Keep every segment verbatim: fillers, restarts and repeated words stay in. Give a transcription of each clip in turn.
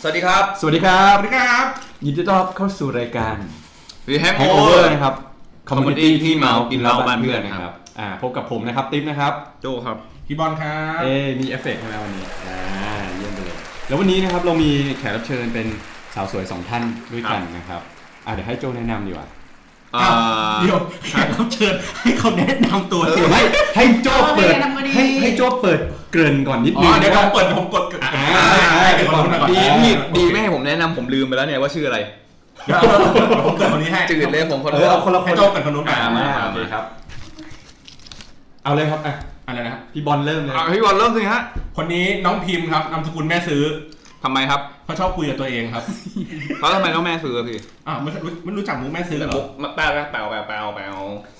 สวัสดีครับสวัสดีครับสวัสดีครับยินดีต้อนรับเข้าสู่รายการ We Have Over นะครับคอมมูนิตี้ที่เมากินเหล้าบ้านเพื่อนนะครับอ่าพบกับผมนะครับติ๊บนะครับโจครับพี่บอลครับเอมีเอฟเฟกต์ใช่ไหมวันนี้อ่าเยี่ยมเลยแล้ววันนี้นะครับเรามีแขกรับเชิญเป็นสาวสวยสองท่านด้วยกันนะครับอ่าเดี๋ยวให้โจแนะนำดีกว่าเดี๋ยวแขกรับเชิญให้เขาแนะนำตัวสิให้ให้โจเปิดให้ให้โจเปิดเกริ่นก่อนนิดนึงเดี๋ยวผมเปิดผมกดดีพี่ดีไม่ให้ผมแนะนำผมลืมไปแล้วเนี่ยว่าชื่ออะไรเดี๋ยวผมเกิดคนนี้ให้จืดเลยผมคนเอาคนละคนให้โจเปิดคนนู้นมาโอเคครับเอาเลยครับอ่ะอะไรนะพี่บอลเริ่มเลยพี่บอลเริ่มสิฮะคนนี้น้องพิมพ์ครับนามสกุลแม่ซื้อทำไมครับเขาชอบคุยกับตัวเองครับเขาทำไมต้องแม่ซื้อพี่อ่าไม่ไม่รู้จักมุกแม่ซื้อเหรอแปลแปลแปลแปลแปล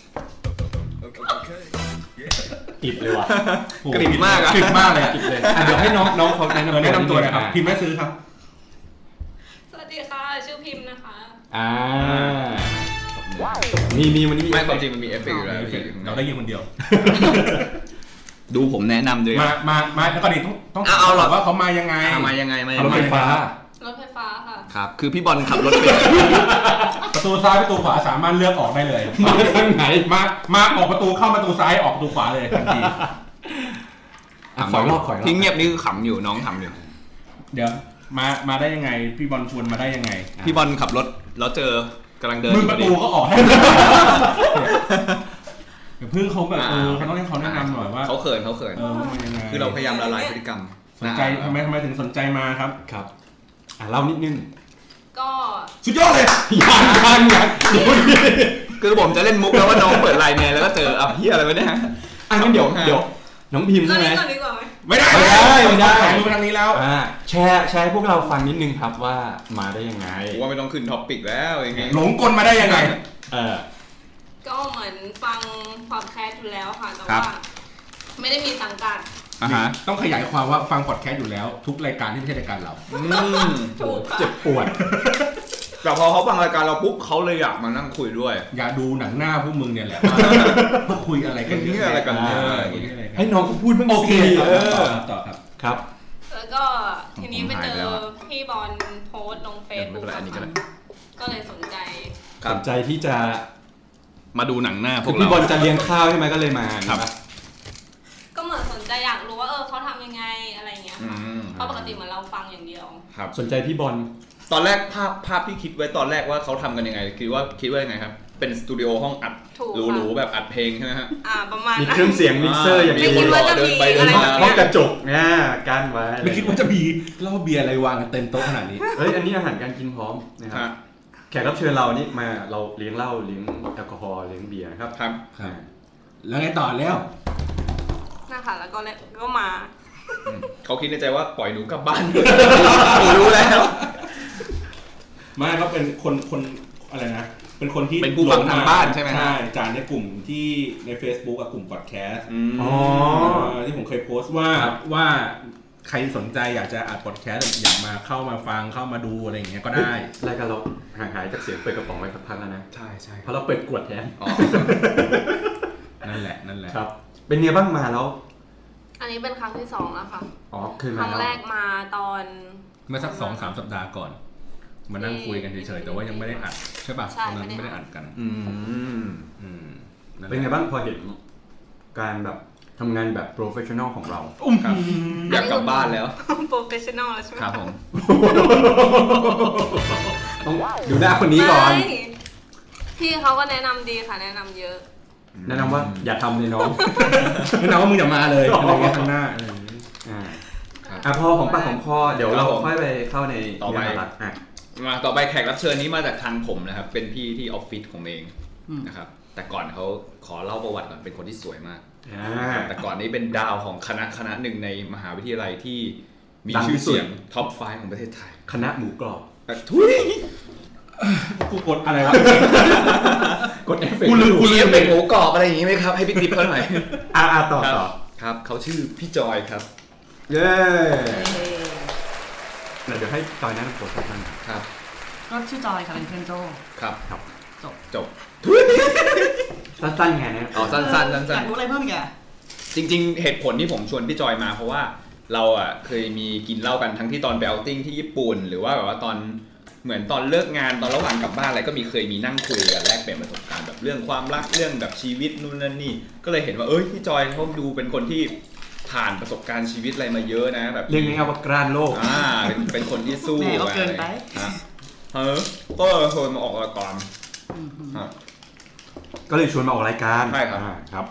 กิบเลยว่ะกริบมากอะกริบมากเลยกิบเลยเดี๋ยวให้น้องน้องเขาแนะนำแนะนำตัวหน่อยครับพิมพ์แม่ซื้อครับสวัสดีค่ะชื่อพิมพ์นะคะอ่ามีมีวันนี้ไม่ความจริงมันมีเอฟเฟกต์อยู่แล้วเราได้ยินคนเดียวดูผมแนะนำด้วยมามามาแล้วก็ดีต้องต้องเอาหรอว่าเขามายังไงมายังไงมารถไฟฟ้ารถไฟฟ้าค่ะครับคือพี่บอลขับรถไปประตูซ้ายประตูขวาสามารถเลือกออกได้เลยมาทางไหนมามาออกประตูเข้าประตูซ้ายออกประตูขวาเลยทันทีขอรอบขอรอบทิ้งเงียบนี่คือขำอยู่น้องทำอยู่เดี๋ยวมามาได้ยังไงพี่บอลชวนมาได้ยังไงพี่บอลขับรถแล้วเจอกำลังเดินมึงประตูก็ออกให้เพิ่งเขาแบบเออเขาต้องให้เขาแนะนำหน่อยว่าเขาเขินเขาเขินคือเราพยายามละลายพฤติกรรมสนใจทำไมทำไมถึงสนใจมาครับครับอ่ะเล่านิดนึงก็สุดยอดเลยยังยังยังคือผมจะเล่นมุกแล้วว่าน้องเปิดไลน์แมนแล้วก็เจออ่ะเฮียอะไรวะเนี่ยอ่ะงั้นเดี๋ยวเดี๋ยวน้องพิมพ์ใช่ไหมไม่ได้ไม่ได้ไม่ได้ถ่ายรูปทางนี้แล้วอ่าแชร์แชร์พวกเราฟังนิดนึงครับว่ามาได้ยังไงว่าไม่ต้องขึ้นท็อปปิกแล้วอย่างงี้หลงกลมาได้ยังไงเออก็เหมือนฟังพอดแคสต์อยู่แล้วค่ะแต่ว่าไม่ได้มีสังกัดต้องขยายความว่าฟังพอดแคสต์อยู่แล้วทุกรายการที่ไม่ใช่รายการเราถูกเจ็บปวดแต่พอเขาฟังรายการเราปุ๊บเขาเลยอยากมานั่งคุยด้วยอยากดูหนังหน้าพวกมึงเนี่ยแหละว่าคุยอะไรกันนี่อะไรกันให้น้องเขาพูดบ้างโอเคต่อครับครับแล้วก็ทีนี้ไปเจอพี่บอลโพสต์ลงเฟซบุ๊กก็เลยสนใจสนใจที่จะมาดูหนังหน้าพวกเราพี่บอลจะเลี้ยงข้าวใช่ไหมก็เลยมาครับก็เหมือนสนใจอยากรู้ว่าเออเขาทำยังไงอะไรเงี้ยค่ะเพราะปกติเหมือนเราฟังอย่างเดียวครับสนใจพี่บอลตอนแรกภาพภาพที่คิดไว้ตอนแรกว่าเขาทำกันยังไงคิดว่าคิดว่ายังไงครับเป็นสตูดิโอห้องอัดหรูๆแบบอัดเพลงใช่ไหมฮะอ่าประมาณมีเครื่องเสียงมิกเซอร์อย่างนี้คนเดินไปเดินมาห้องกระจกเนี่ยกั้นไว้ไม่คิดว่าจะมีเหล้าเบียร์อะไรวางกันเต็มโต๊ะขนาดนี้เฮ้ยอันนี้อาหารการกินพร้อมนะครับแขกรับเชิญเรานี่มาเราเลี้ยงเหล้าเลี้ยงแอลกอฮอล์เลี้ยงเบียร์ครับครับแล้วไงต่อแล้วนะคะแล้วก็ก็มาเขาคิดในใจว่าปล่อยหนูกลับบ้านรู้แล้วไม่เขาเป็นคนคนอะไรนะเป็นคนที่เป็นผู้ฟังทางบ้านใช่ไหมใช่จากในกลุ่มที่ใน Facebook กับกลุ่มพอดแคสต์อ๋อที่ผมเคยโพสต์ว่าว่าใครสนใจอยากจะอัดพอดแคสต์อยากมาเข้ามาฟังเข้ามาดูอะไรอย่างเงี้ยก็ได้รายการเราห่างหายจากเสียงเปิดกระป๋องไปสักพักแล้วนะใช่ใช่เพราะเราเปิดกวดแทนนั่นแหละนั่นแหละครับเป็นไงบ้างมาแล้วอันนี้เป็นครั้งที่สองแล้วค่ะอ๋อคือครั้งแรกมาตอนเมื่อสักสองสามสัปดาห์ก่อนมานั่งคุยกันเฉยๆแต่ว่ายังไม่ได้อัดใช่ป่ะตอนนั้นไม่ได้อัดกันอืมอืมเป็นไงบ้างพอเห็นการแบบทำงานแบบโปรเฟชชั่นอลของเราครับอยากกลับบ้านแล้วโปรเฟชชั่นอลใช่ไหมครับผมต้องดูหน้าคนนี้ก่อนพี่เขาก็แนะนำดีค่ะแนะนำเยอะแนะนำว่าอย่าทำเลยน้องแนะนำว่ามึงอย่ามาเลยอะไรเงี้ยข้างหน้าอ่าอ่ะพอของปากของคอเดี๋ยวเราค่อยไปเข้าในต่อไปมาต่อไปแขกรับเชิญนี้มาจากทางผมนะครับเป็นพี่ที่ออฟฟิศของเองนะครับแต่ก่อนเขาขอเล่าประวัติก่อนเป็นคนที่สวยมากแต่ก่อนนี้เป็นดาวของคณะคณะหนึ่งในมหาวิทยาลัยที่มีชื่อเสียงท็อปไฟว์ของประเทศไทยคณะหมูกรอบทุยกูกดอะไรวะกดเอฟเฟกต์กูลืมกูลืมเป็นหมูกรอบอะไรอย่างงี้ไหมครับให้พี่ติ๊บเขาหน่อยอ่าต่อต่อครับเขาชื่อพี่จอยครับเย้เดี๋ยวให้จอยนั่งโพสต์ท่านครับก็ชื่อจอยค่ะเป็นเพื่อนโจครับครับจบจบสั้นๆไงนะอ๋อสั้นๆสั้นๆอยากรู้อะไรเพิ่มอีกอ่ะจริงๆเหตุผลที่ผมชวนพี่จอยมาเพราะว่าเราอ่ะเคยมีกินเหล้ากันทั้งที่ตอนไปเอาติ้งที่ญี่ปุ่นหรือว่าแบบว่าตอนเหมือนตอนเลิกงานตอนระหว่างกลับบ้านอะไรก็มีเคยมีนั่งคุยกันแลกเปลี่ยนประสบการณ์แบบเรื่องความรักเรื่องแบบชีวิตนู่นนั่นนี่ก็เลยเห็นว่าเอ้ยพี่จอยเขาดูเป็นคนที่ผ่านประสบการณ์ชีวิตอะไรมาเยอะนะแบบเรื่องง่ายๆว่ากรานโลกอ่าเป็นเป็นคนที่สู้ก็เกินไปเออก็ชวนมาออกรายการก็เลยชวนมาออกรายการใช่ครับครับ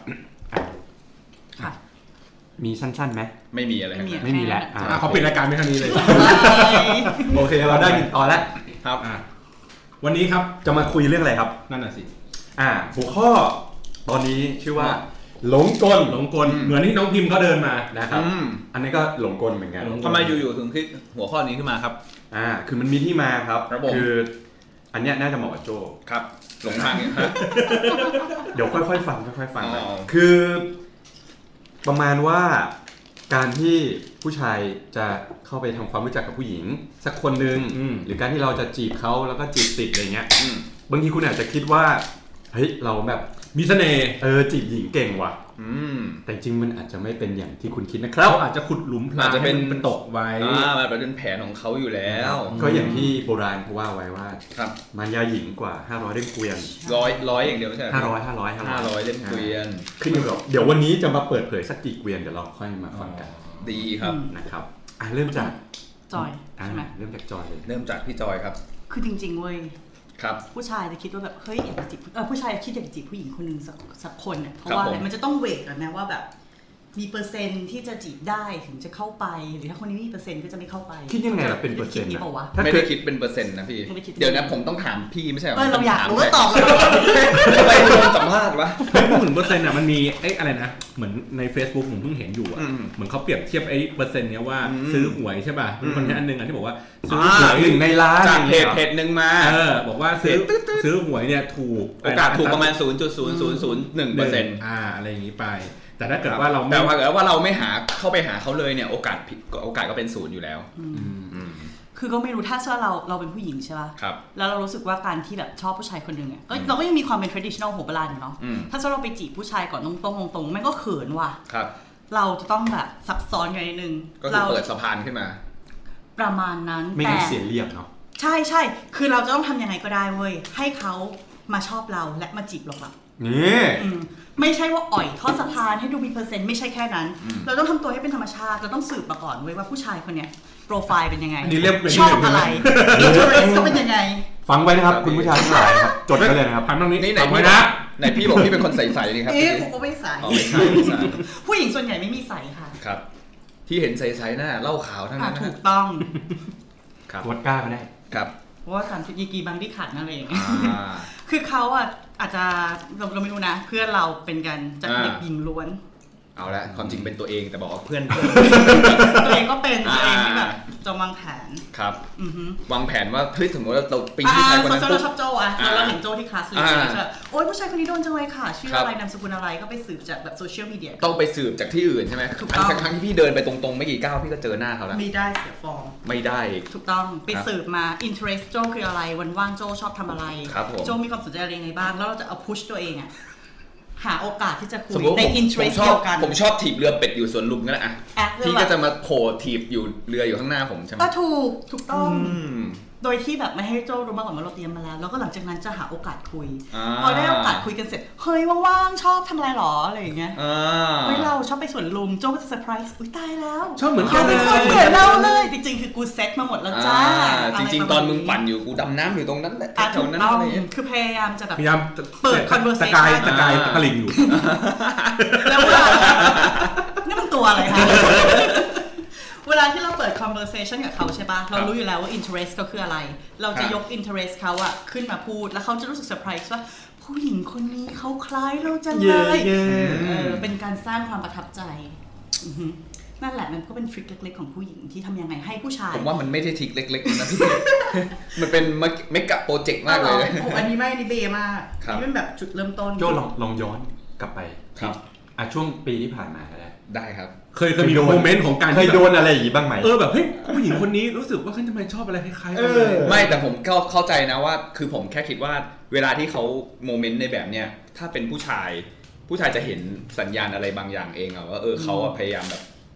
มีสั้นๆไหมไม่มีอะไรไม่มีแหละเขาปิดรายการไม่ทันนี้เลยโอเคเราได้หนึ่งตอนแล้วครับวันนี้ครับจะมาคุยเรื่องอะไรครับนั่นน่ะสิอ่าหัวข้อตอนนี้ชื่อว่าหลงกลหลงกลเหมือนที่น้องพิมพ์เขาเดินมานะครับอันนี้ก็หลงกลเหมือนกันทำไมอยู่ๆถึงคิดหัวข้อนี้ขึ้นมาครับอ่าคือมันมีที่มาครับคืออันเนี้ยน่าจะเหมาะกับโจครับหลงทางเนี่ยเดี๋ยวค่อยๆฟังค่อยๆฟังนะคือประมาณว่าการที่ผู้ชายจะเข้าไปทำความรู้จักกับผู้หญิงสักคนนึงหรือการที่เราจะจีบเขาแล้วก็จีบติดอะไรเงี้ยบางทีคุณอาจจะคิดว่าเฮ้ยเราแบบมีเสน่ห์เออจีบหญิงเก่งว่ะแต่จริงมันอาจจะไม่เป็นอย่างที่คุณคิดนะครับเขาอาจจะขุดหลุมพรางอาจจะเป็นตกไว้อ่ามันเป็นแผนของเขาอยู่แล้วก็อย่างที่โบราณเขาว่าไว้ว่าครับมารยาหญิงกว่าห้าร้อยเล่มเกวียนร้อยร้อยอย่างเดียวไม่ใช่ห้าร้อยห้าร้อยห้าร้อยเล่มเกวียนขึ้นอยู่กับเดี๋ยววันนี้จะมาเปิดเผยสักกี่เกวียนเดี๋ยวเราค่อยมาฟังกันดีครับนะครับอ่ะเริ่มจากจอยใช่ไหมเริ่มจากจอยเลยเริ่มจากพี่จอยครับคือจริงๆเว้ยครับผู้ชายจะคิดว่าแบบเฮ้ยอยากจะจีบเออผู้ชายคิดอยากจะจีบผู้หญิงคนนึงสักสักคนเนี่ยเพราะว่าอะไรมันจะต้องเวทกันนะว่าแบบมีเปอร์เซ็นต์ที่จะจีบได้ถึงจะเข้าไปหรือถ้าคนนี้มีเปอร์เซ็นต์ก็จะไม่เข้าไปคิดยังไงล่ะเป็นเปอร์เซ็นต์ไม่ได้คิดเป็นเปอร์เซ็นต์นะพี่เดี๋ยวนะผมต้องถามพี่ไม่ใช่หรอเออเราอยากรู้ก็ตอบเลยไปโดนสัมภาษณ์วะไม่พูดถึงเปอร์เซ็นต์อ่ะมันมีไอ้อะไรนะเหมือนใน Facebook ผมเพิ่งเห็นอยู่อ่ะเหมือนเขาเปรียบเทียบไอ้เปอร์เซ็นต์เนี้ยว่าซื้อหวยใช่ป่ะมันแค่อันนึงอ่ะที่บอกว่าซื้อหวยหนึ่งในล้านจากเพจเพจนึงมาเออบอกว่าซื้อซื้อหวยเนี่ยถูกโอกาสถูกประมาณ ศูนย์จุดศูนย์ศูนย์ศูนย์หนึ่งเปอร์เซ็นต์อ่าอะไรอย่างงี้ไปแต่ถ้าเกิดว่าเราแต่ว่าเกิดว่าเราไม่หาเข้าไปหาเขาเลยเนี่ยโอกาสผิดโอกาสก็เป็นศูนย์อยู่แล้วคือก็ไม่รู้ถ้าเชื่อเราเราเป็นผู้หญิงใช่ป่ะแล้วเรารู้สึกว่าการที่แบบชอบผู้ชายคนนึงเนี่ยเราก็ยังมีความเป็น traditional โหราณอยู่เนาะถ้าเชื่อเราไปจีบผู้ชายก่อนตรงๆตรงๆมันก็เขินว่ะเราจะต้องแบบซับซ้อนกันนิดนึงก็คือเปิดสะพานขึ้นมาประมาณนั้นไม่งั้นเสียเรียบเนาะใช่ใช่คือเราจะต้องทำยังไงก็ได้เว้ยให้เขามาชอบเราและมาจีบเราแบบนี่ไม่ใช่ว่าอ่อยทอดสะพานให้ดูมีเปอร์เซ็นต์ไม่ใช่แค่นั้นเราต้องทำตัวให้เป็นธรรมชาติเราต้องสืบมาก่อนเว้ยว่าผู้ชายคนเนี้ยโปรไฟล์เป็นยังไงชอบอะไรอินเทอร์เรสก็เป็นยังไงฟังไว้นะครับคุณผู้ชายทั้งหลายครับจดไว้เลยนะครับพันตรงนี้ไหนพี่นะไหนพี่บอกพี่เป็นคนใสๆนี่ครับเอ๊ะผมก็ไม่ใสผู้หญิงส่วนใหญ่ไม่มีใสค่ะครับที่เห็นใสๆน่ะเหล้าขาวทั้งนั้นถูกต้องครับวอดก้าก็ได้ครับเพราะว่าสารยีกีบางที่ขัดนั่นเองคือเขาอ่ะอาจจะเราเราไม่รู้นะเพื่อนเราเป็นกันจากเด็กหญิงล้วนเอาละความจริงเป็นตัวเองแต่บอกว่าเพื่อนตัวเองก็เป็นตัวเองที่แบบจะวางแผนครับวางแผนว่าเฮ้ยสมมติว่าเราปีผู้ชายคนนั้นเราชอบโจอ่ะเราเห็นโจที่คลาสเลยโอ๊ยผู้ชายคนนี้โดนจังเลยค่ะชื่ออะไรนามสกุลอะไรก็ไปสืบจากแบบโซเชียลมีเดียต้องไปสืบจากที่อื่นใช่ไหมทุกครั้งที่พี่เดินไปตรงๆไม่กี่ก้าวพี่ก็เจอหน้าเขาแล้วไม่ได้เสียฟอร์มไม่ได้ถูกต้องไปสืบมาอินเทอร์เรสโจคืออะไรวันว่างโจชอบทำอะไรโจมีความสนใจอะไรยังไงบ้างแล้วเราจะเอาพุชตัวเองอ่ะหาโอกาสที่จะคุยในอินเทอร์เรสเดียวกันผมชอบถีบเรือเป็ดอยู่สวนลุมกันแหละอ่ะพี่ก็จะมาโผล่ถีบอยู่เรืออยู่ข้างหน้าผมใช่ไหมก็ถูกถูกต้องโดยที่แบบไม่ให้โจ้รู้มาก่อนว่าเราเตรียมมาแล้วแล้วก็หลังจากนั้นจะหาโอกาสคุยพอได้โอกาสคุยกันเสร็จเฮ้ยว่างๆชอบทำอะไรหรออะไรอย่างเงี้ยเฮ้ยเราชอบไปสวนลุมโจ้ก็จะเซอร์ไพรส์อุ้ยตายแล้วชอบเหมือนกันเลยเหมือนเราเลยจริงๆคือกูเซ็ตมาหมดแล้วจ้าจริงๆตอนมึงปั่นอยู่กูดำน้ำอยู่ตรงนั้นแหละแถวนั้นอะไรคือพยายามจะแบบพยายามเปิด conversation ตะกายตะกายตะลิงอยู่แล้วว่านี่มันตัวอะไรคะเวลาที่เราเปิด conversation กับเขาใช่ปะเรารู้อยู่แล้วว่า interest ก็คืออะไรเราจะยก interest เขาอะขึ้นมาพูดแล้วเขาจะรู้สึกเซอร์ไพรส์ว่าผู้หญิงคนนี้เขาคล้ายเราจังเลยเออเป็นการสร้างความประทับใจนั่นแหละมันก็เป็นทริคเล็กๆของผู้หญิงที่ทำยังไงให้ผู้ชายผมว่ามันไม่ใช่ทริคเล็กๆนะพี่มันเป็นเมกะโปรเจกต์มากเลยโอ้อันนี้ไม่อันนี้เบมากนี่เป็นแบบจุดเริ่มต้นโจ้ลองลองย้อนกลับไปครับอ่ะช่วงปีที่ผ่านมาก็ได้ได้ครับเคยเคยมีโมเมนต์ของการเคยโดนอะไรอย่างนี้บ้างไหมเออแบบเฮ้ยผู้หญิงคนนี้รู้สึกว่าเขาทำไมชอบอะไรคล้ายๆกันเลยไม่แต่ผมก็เข้าใจนะว่าคือผมแค่คิดว่าเวลาที่เขาโมเมนต์ในแบบเนี้ยถ้าเป็นผู้ชายผู้ชายจะเห็นสัญญาณอะไรบางอย่างเองอะว่าเออเขาพยายามแบบ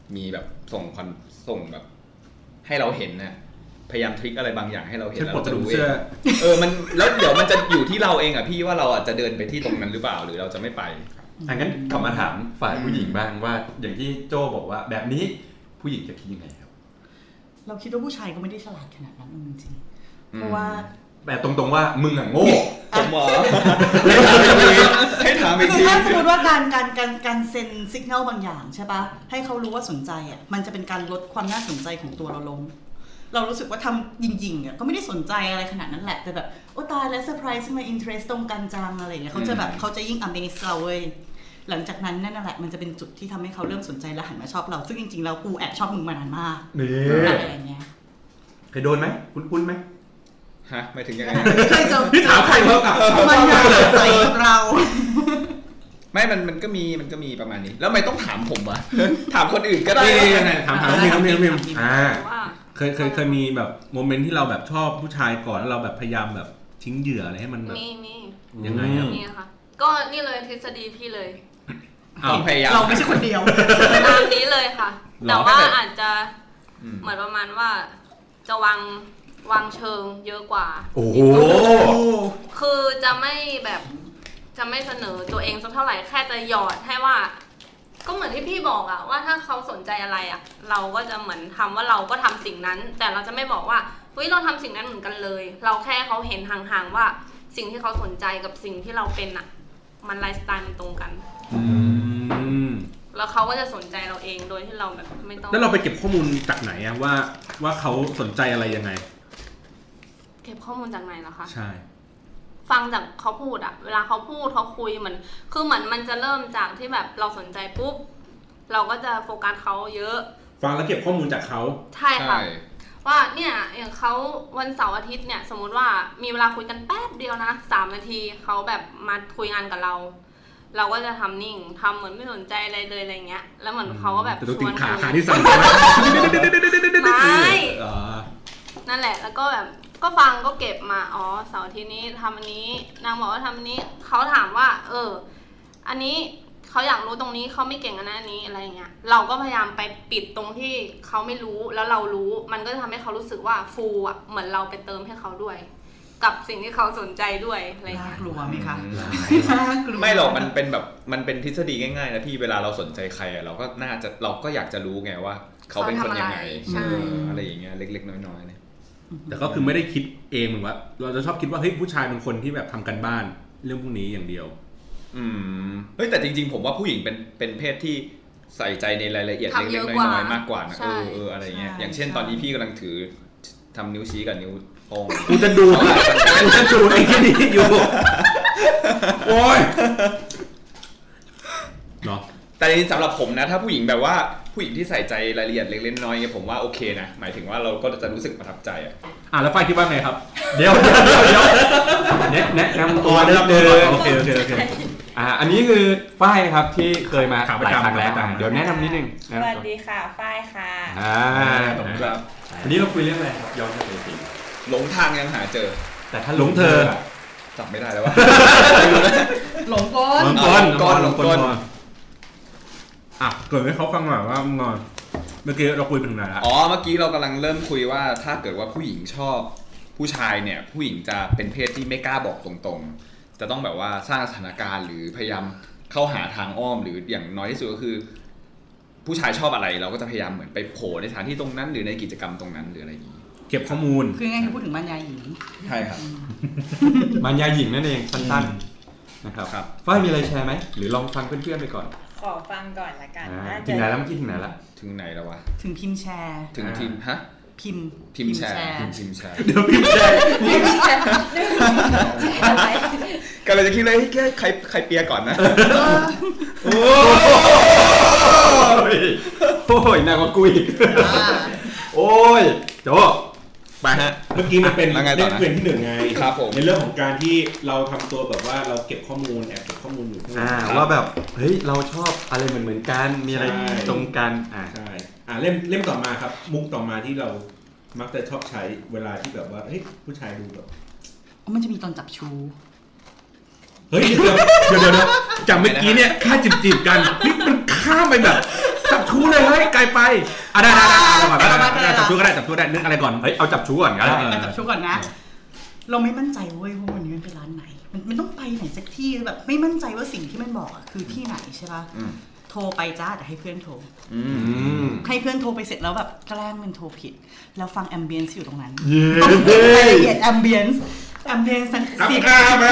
มีแบบส่งคอนส่งแบบให้เราเห็นนะพยายามทริคอะไรบางอย่างให้เราเห็นแล้วเราจะรู้เองเออมันแล้วเดี๋ยวมันจะอยู่ที่เราเองอ่ะพี่ว่าเราอาจจะเดินไปที่ตรงนั้นหรือเปล่าหรือเราจะไม่ไปอังั้นกลับมาถามฝ่ายผู้หญิงบ้างว่าอย่างที่โจ้บอกว่าแบบนี้ผู้หญิงจะคิดยังไงครับเราคิดว่าผู้ชายก็ไม่ได้ฉลาดขนาดนั้นจริงๆเพราะว่าแต่ตรงๆว่ามึงอ่ะโง่ผมบอกให้ถามอีกทีคือถ้าสมมติว่าการการการการเซ็นสัญญาณบางอย่างใช่ปะให้เขารู้ว่าสนใจอ่ะมันจะเป็นการลดความน่าสนใจของตัวเราลงเรารู้สึกว่าทำยิงๆอ่ะก็ไม่ได้สนใจอะไรขนาดนั้นแหละแต่แบบโอ้ตายแล้วเซอร์ไพรส์มาอินเทรสตรงกันจังอะไรอย่างเงี้ยเขาจะแบบเขาจะยิ่ง amaze เราเว้ยหลังจากนั้นนั่นแหละมันจะเป็นจุดที่ทำให้เขาเริ่มสนใจและหันมาชอบเราซึ่งจริงๆแล้วกูแอบชอบมึงมานานมากอะไรอย่างเงี้ยเคยโดนไหมคุ้นๆไหมฮะไม่ถึงยังไงเคยเจอพี่ถามใครเขากับมันอยากใส่เราไม่มันมันก็มีมันก็มีประมาณนี้แล้วไม่ต้องถามผมวะถามคนอื่นก็ได้ถามถามพี่น้องพี่น้องพี่น้องอ่าเคยเคยเคยมีแบบโมเมนต์ที่เราแบบชอบผู้ชายก่อนแล้วเราแบบพยายามแบบทิ้งเหยื่ออะไรให้มันแบบมีมียังไงอ่ะมีค่ะก็นี่เลยทฤษฎีพี่เลยต้องพยายามเราไม่ใช่คนเดียวตามนี้เลยค่ะแต่ว่าอาจจะเหมือนประมาณว่าจะวางวางเชิงเยอะกว่าโอ้โหคือจะไม่แบบจะไม่เสนอตัวเองสักเท่าไหร่แค่จะหยอดให้ว่าก็เหมือนที่พี่บอกอะว่าถ้าเขาสนใจอะไรอะเราก็จะเหมือนทำว่าเราก็ทำสิ่งนั้นแต่เราจะไม่บอกว่าเฮ้ยเราทำสิ่งนั้นเหมือนกันเลยเราแค่เขาเห็นห่างๆว่าสิ่งที่เขาสนใจกับสิ่งที่เราเป็นอะมันไลฟ์สไตล์มันตรงกันแล้วเขาก็จะสนใจเราเองโดยที่เราแบบไม่ต้องแล้วเราไปเก็บข้อมูลจากไหนอะว่าว่าเขาสนใจอะไรยังไงเก็บข้อมูลจากไหนเหรอคะใช่ฟังจากเขาพูดอะเวลาเขาพูดเขาคุยเหมือนคือเหมือนมันจะเริ่มจากที่แบบเราสนใจปุ๊บเราก็จะโฟกัสเขาเยอะฟังแล้วเก็บข้อมูลจากเขาใช่ค่ะว่าเนี่ยอย่างเขาวันเสาร์อาทิตย์เนี่ยสมมติว่ามีเวลาคุยกันแป๊บเดียวนะสามนาทีเขาแบบมาคุยงานกับเราเราก็จะทำนิ่งทำเหมือนไม่สนใจอะไรเลยอะไรเงี้ยแล้วเหมือนเขาก็แบบชวนขาขาที่สั่นไม่นั่นแหละแล้วก็แบบก็ฟังก็เก็บมาอ๋อเสาร์อาทิตย์นี้ทำอันนี้นางบอกว่าทำอันนี้เขาถามว่าเอออันนี้เขาอยากรู้ตรงนี้เขาไม่เก่งอันนั้นอันนี้อะไรเงี้ยเราก็พยายามไปปิดตรงที่เขาไม่รู้แล้วเรารู้มันก็จะทำให้เขารู้สึกว่าฟูอ่ะเหมือนเราไปเติมให้เขาด้วยกับสิ่งที่เขาสนใจด้วยอะไรเงี้ยกลัวไหมคะไม่หรอกมันเป็นแบบมันเป็นทฤษฎีง่ายๆนะพี่เวลาเราสนใจใครอ่ะเราก็น่าจะเราก็อยากจะรู้ไงว่าเขาเป็นคนยังไงอะไรอย่างเงี้ยเล็กๆน้อยๆเนี่ยแต่ก็คือไม่ได้คิดเองเหมือนว่าเราจะชอบคิดว่าเฮ้ยผู้ชายเป็นคนที่แบบทำกันบ้านเรื่องพวกนี้อย่างเดียวอืมเฮ้ยแต่จริงๆผมว่าผู้หญิงเป็นเป็นเพศที่ใส่ใจในรายละเอียดเล็กๆน้อยๆมากกว่านะเออเอออะไรเงี้ยอย่างเช่นตอนนี้พี่กำลังถือทำนิ้วชี้กับนิ้วโป้งกูจะดูกูจะดูไอ้ที่นี่อยู่โอ้ยเนาะแต่สำหรับผมนะถ้าผู้หญิงแบบว่าผู้หญิงที่ใส่ใจรายละเอียดเล็กๆน้อยๆผมว่าโอเคนะหมายถึงว่าเราก็จะรู้สึกประทับใจอ่ะอ่ะแล้วฝ้ายคิดว่าไงครับเดี๋ยวเดี๋ยวเดี๋ยวแนะแนะนำตัวนิดนึงโอเคโอเคโอเคอ่าอันนี้คือฝ้ายนะครับที่เคยมาหลายครั้งแล้วเดี๋ยวแนะนำนิดนึงสวัสดีค่ะฝ้ายค่ะอ่าครับวันนี้เราคุยเรื่องอะไรครับย้อนกลับไปสิหลงทางยังหาเจอแต่ถ้าหลงเธอจำไม่ได้แล้วว่าหลงก้อนหลงก้อนหลงก้อนหลงก้อนอ่ะเกิดให้เขาฟังหน่อยว่างอนเมื่อกี้เราคุยถึงไหนละอ๋อเมื่อกี้เรากำลังเริ่มคุยว่าถ้าเกิดว่าผู้หญิงชอบผู้ชายเนี่ยผู้หญิงจะเป็นเพศที่ไม่กล้าบอกตรงๆจะต้องแบบว่าสร้างสถานการณ์หรือพยายามเข้าหาทางอ้อมหรืออย่างน้อยที่สุดก็คือผู้ชายชอบอะไรเราก็จะพยายามเหมือนไปโผล่ในสถานที่ตรงนั้นหรือในกิจกรรมตรงนั้นหรืออะไรอย่างนี้เก็บข้อมูลคือไงคือพูดถึงมารยาหญิงใช่ครับมารยาหญิงนั่นเองสั้นๆนะครับฝ้ายมีอะไรแชร์ไหมหรือลองฟังเพื่อนๆไปก่อนขอฟังก่อนละกันถึงไหนแล้วเมื่อกี้ถึงไหนละถึงไหนแล้ววะถึงพิมพ์แชร์ถึงพิมพ์ฮะพิมพ์พิมพ์แชร์พิมพ์แชร์เดี๋ยวพิมพ์แชร์ก็เลยจะคิดเลยให้ใครใครเปียก่อนนะโอ้ยโอ้ยน่ากว่ากูอีกโอ้ยโจไปฮะเมื่อกี้มันเป็นเรื่องเรื่องที่หนึ่งไงครับผมในเรื่องของการที่เราทำตัวแบบว่าเราเก็บข้อมูลแอบเก็บข้อมูลอยู่อ่าว่าแบบเฮ้ยเราชอบอะไรเหมือนเหมือนกันมีอะไรตรงกันอ่าใช่อ่าเล่มเล่มต่อมาครับมุกต่อมาที่เรามักจะชอบใช้เวลาที่แบบว่าเฮ้ยผู้ชายดูแบบมันจะมีตอนจับชูเฮ้ยเดี๋ยวเดี๋ยวเดี๋ยวจากเมื่อกี้เนี่ยค่าจีบจีบกันนี่มันข้ามไปแบบจับชูเลยเฮ้ยไกลไปอ่ะได้ได้ๆๆจับชูก็ได้จับชูได้นึกอะไรก่อนเฮ้ยเอาจับชูก่อนก็ได้จับชูก่อนนะเราไม่มั่นใจเว้ยว่าวันนี้มันเป็นร้านไหนมันมันต้องไปไหนสักที่แบบไม่มั่นใจว่าสิ่งที่มันบอกอ่ะคือที่ไหนใช่ป่ะโทรไปจ้าแต่ให้เพื่อนโทรให้เพื่อนโทรไปเสร็จแล้วแบบแกล้งมันโทรผิดแล้วฟังแอมเบียนซ์อยู่ตรงนั้นต้องรายละเอียดแอมเบียนซ์แอมเบียนซ์เสียงแค่ไหน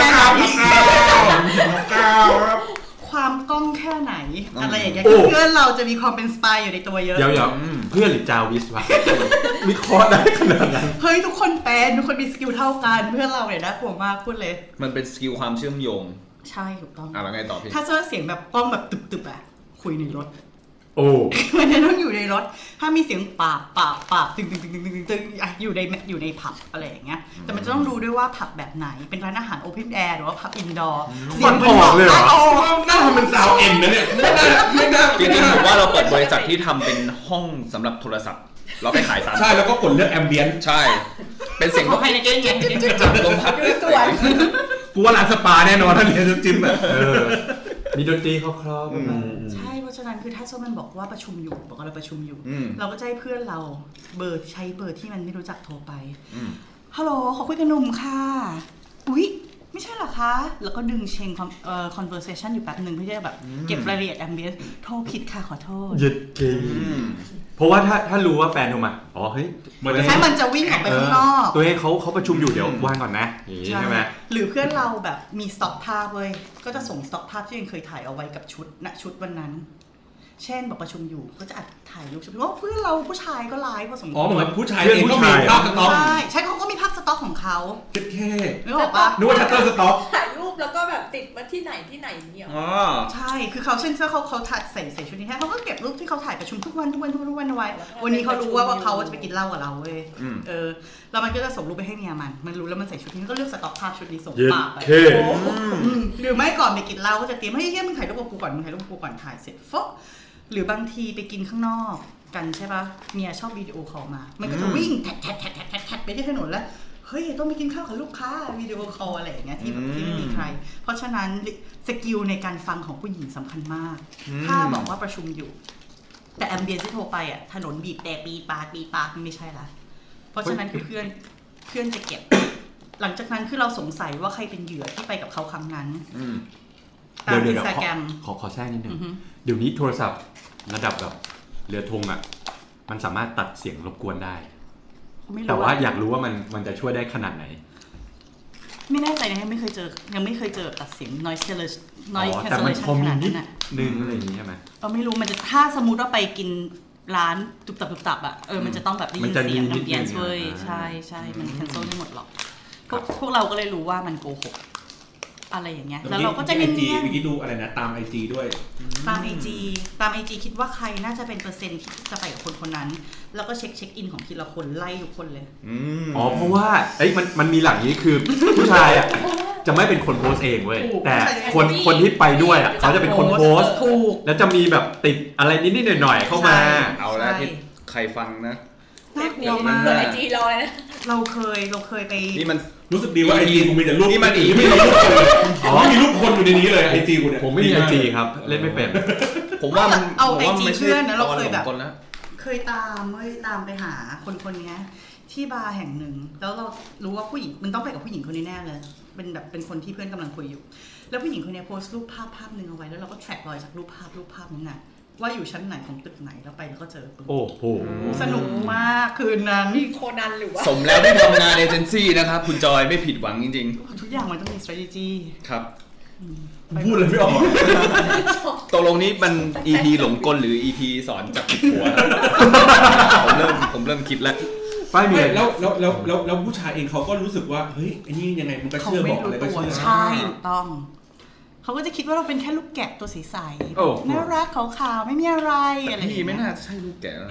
ความกล้องแค่ไหนอะไรอย่างเงี้ยเพื่อนเราจะมีความเป็นสปายอยู่ในตัวเยอะเดี๋ยวๆเพื่อนหรือจาวิสวะวิเคราะห์ได้ขนาดนั้นเฮ้ยทุกคนเป็นทุกคนมีสกิลเท่ากันเพื่อนเราเนี่ยน่ากลัวมากพูดเลยมันเป็นสกิลความเชื่อมโยงใช่ถูกต้องอ่ะแล้วไงต่อพี่ถ้าเสียงแบบกล้องแบบตึบๆอ่ะคุยในรถโอ้มันจะต้องอยู่ในรถถ้ามีเสียงปาบปาบปาบตึงตึงตึงตึงตึงตึงอยู่ในอยู่ในผับอะไรอย่างเงี้ยแต่มันจะต้องดูด้วยว่าผับแบบไหนเป็นร้านอาหารโอเพนแอร์หรือว่าผับอินดอร์เสียงมันบอกเลยเหรอน่าทำเป็นซาวเอ็นนะเนี่ยไม่น่าไม่น่าจริงๆผมว่าเราเปิดบริษัทที่ทำเป็นห้องสำหรับโทรศัพท์เราไปขายตามใช่แล้วก็กดเลือกแอมเบียนใช่เป็นเสียงภายในเกมเย็นจับลมพัดสวยกูว่าร้านสปาแน่นอนถ้าเรียนจิ้มแบบมีดนตรีคร่าวๆประมาณใช่เพราะฉะนั้นคือถ้าโซมันบอกว่าประชุมอยู่บอกว่าเราประชุมอยู่เราก็จะให้เพื่อนเราเบอร์ใช้เบอร์ที่มันไม่รู้จักโทรไปฮัลโหลขอคุยกับหนุ่มค่ะอุ๊ยไม่ใช่หรอคะแล้วก็ดึงเชงเอ่อ conversation อยู่แป๊บนึงเพื่อจะแบบเก็บรายละเอียด ambience โทรผิดค่ะขอโทษเย็ดเก่งเพราะว่าถ้าถ้ารู้ว่าแฟนโทรมาอ๋อเฮ้ยใช่มันจะวิ่งออกไปข้างนอกตัวเองเขาเขาประชุมอยู่เดี๋ยวว่างก่อนนะอย่างนี้ใช่ไหมหรือเพื่อนเราแบบมีสต็อกภาพเว้ยก็จะส่งสต็อกภาพที่ยังเคยถ่ายเอาไว้กับชุดณชุดวันนั้นเช่นบอกประชุมอยู่ก็จะอัดถ่ายรูปชุดว่าเพื่อนเราผู้ชายก็ไลฟ์ผสมอ๋อเหมือนผู้ชายเองก็มีภาพสต็อกใช่ใช่เขาก็มีภาพสต็อกของเขาแค่นึกออกปะนึกว่าชัตเตอร์สต็อกถ่ายรูปแล้วก็แบบติดมาที่ไหนที่ไหนเนี่ยอ๋อใช่คือเขาเช่นเสื้อเขาเขาถ่ายใส่ใส่ชุดนี้ให้เขาก็เก็บรูปที่เขาถ่ายประชุมทุกวันทุกวันทุกวันทุกวันเอาไว้วันนี้เขารู้ว่าว่าเขาจะไปกินเหล้ากับเราเว้ยเออแล้วมันก็จะส่งรูปไปให้เมียมันมันรู้แล้วมันใส่ชุดนี้ก็เลือกสต็อกภาพชุดนี้ส่งปากไปหรือไม่ก่อนไปกินเหล้าก็จะเตรียมให้เฮ้ยมึงถ่ายรูปกับกูก่อนมึงถ่ายรูปกับกูก่อนถ่ายเสร็จฟ๊หรือบางทีไปกินข้างนอกกันใช่ปะเมียชอบวิดีโอคอลมามันก็จะวิ่งแท็กแท็กแท็กแท็กแท็กไปที่ถนนแล้วเฮ้ยต้องไปกินข้าวกับลูกค้าวิดีโอคอลอะไรอย่างเงี้ยที่ที่ไม่มีใครเพราะฉะนั้นสกิลในการฟังของผู้หญิงสำคัญมากถ้าบอกว่าประชุมอยู่แต่แอมเบียนที่โทรไปอ่ะถนนบีบแต่ปีปาปีปาไม่ใช่ละเพราะฉะนั้นคือเพื่อนเพื่อนจะเก็บหลังจากนั้นคือเราสงสัยว่าใครเป็นเหยื่อที่ไปกับเขาครั้งนั้นตามอินสตาแกรมขอขอแทรกนิดนึงเดี๋ยวนี้โทรศัพท์ระดับแบบเรือธงอ่ะมันสามารถตัดเสียงรบกวนได้แต่ว่าอยากรู้ว่ามันมันจะช่วยได้ขนาดไหนไม่แน่ใจนะยังไม่เคยเจอยังไม่เคยเจอตัดเสียง noise cancellation noise cancellation ขนาดนั้นนึงอะไรอย่างนี้ใช่ไหมเราไม่รู้มันจะถ้าสมมุติว่าไปกินร้านตุบตับตุบตับอ่ะเออมันจะต้องแบบได้ยินเสียงแอมเบียนซ์ช่วยใช่ใช่มัน cancel ได้หมดหรอกพวกพวกเราก็เลยรู้ว่ามันโกหกอะไรอย่างเงี้ยแล้วเราก็จะเนียนๆเมื่อกี้ดูอะไรนะตาม ไอ จี ด้วยตาม ไอ จี ตาม ไอ จี คิดว่าใครน่าจะเป็นเปอร์เซ็นต์ที่จะไปกับคนคนนั้นแล้วก็เช็คเช็คอินของทีละคนไล่ทุกคนเลยอ๋อเพราะว่าเอ้ยมันมันมีหลังนี้คือผู้ชายอ่ะจะไม่เป็นคนโพสเองเว้ยแต่คนคนที่ไปด้วยอ่ะเขาจะเป็นคนโพสแล้วจะมีแบบติดอะไรนิดๆหน่อยๆเข้ามาเอาละที่ใครฟังนะน่ากลัวมากไอจีลอยนะเราเคยเราเคยไปนี่มันรู้สึกดีว่าไอจีกูมีแต่รูปนี่มันอีกไม่มีรูปคนเลยอ๋อไม่มีรูปคนอยู่ในนี้เลยไอจีกูเนี่ยผมไม่มีไอจีครับเล่นไม่เป็นผมว่ามันเอาไอจีเพื่อนนะเราเคยแบบเคยตามเว้ยตามไปหาคนคนนี้ที่บาร์แห่งหนึ่งแล้วเรารู้ว่าผู้หญิงมันต้องไปกับผู้หญิงคนนี้แน่เลยเป็นแบบเป็นคนที่เพื่อนกำลังคุยอยู่แล้วผู้หญิงคนนี้โพสต์รูปภาพภาพนึงเอาไว้แล้วเราก็แทร็กรอยจากรูปภาพรูปภาพนั้นน่ะว่าอยู่ชั้นไหนของตึกไหนแล้วไปแล้วก็เจอโอ้โหสนุกมากคืนนั้นมีโคนันหรือว่าสมแล้วที่ทำงานเอเจนซี่นะครับคุณจอยไม่ผิดหวังจริงๆทุกอย่างมันต้องมี strategy ครับพูดเลยไม่ออกตกลงนี้มัน อี พี หลงกลหรือ อี พี สอนจับผิดหัวผมเริ่มผมเริ่มคิดแล้วไม่มีแล้วแล้วแล้วแล้วแล้วผู้ชายเองเขาก็รู้สึกว่าเฮ้ยไอ้นี่ยังไงมันก็เชื่อบอกอะไรก็เชื่อใช่ถูกต้องเขาก็จะคิดว่าเราเป็นแค่ลูกแกะตัวใสๆน่ารักขาวๆไม่มีอะไรอะไรพี่ไม่น่าใช่ลูกแกะ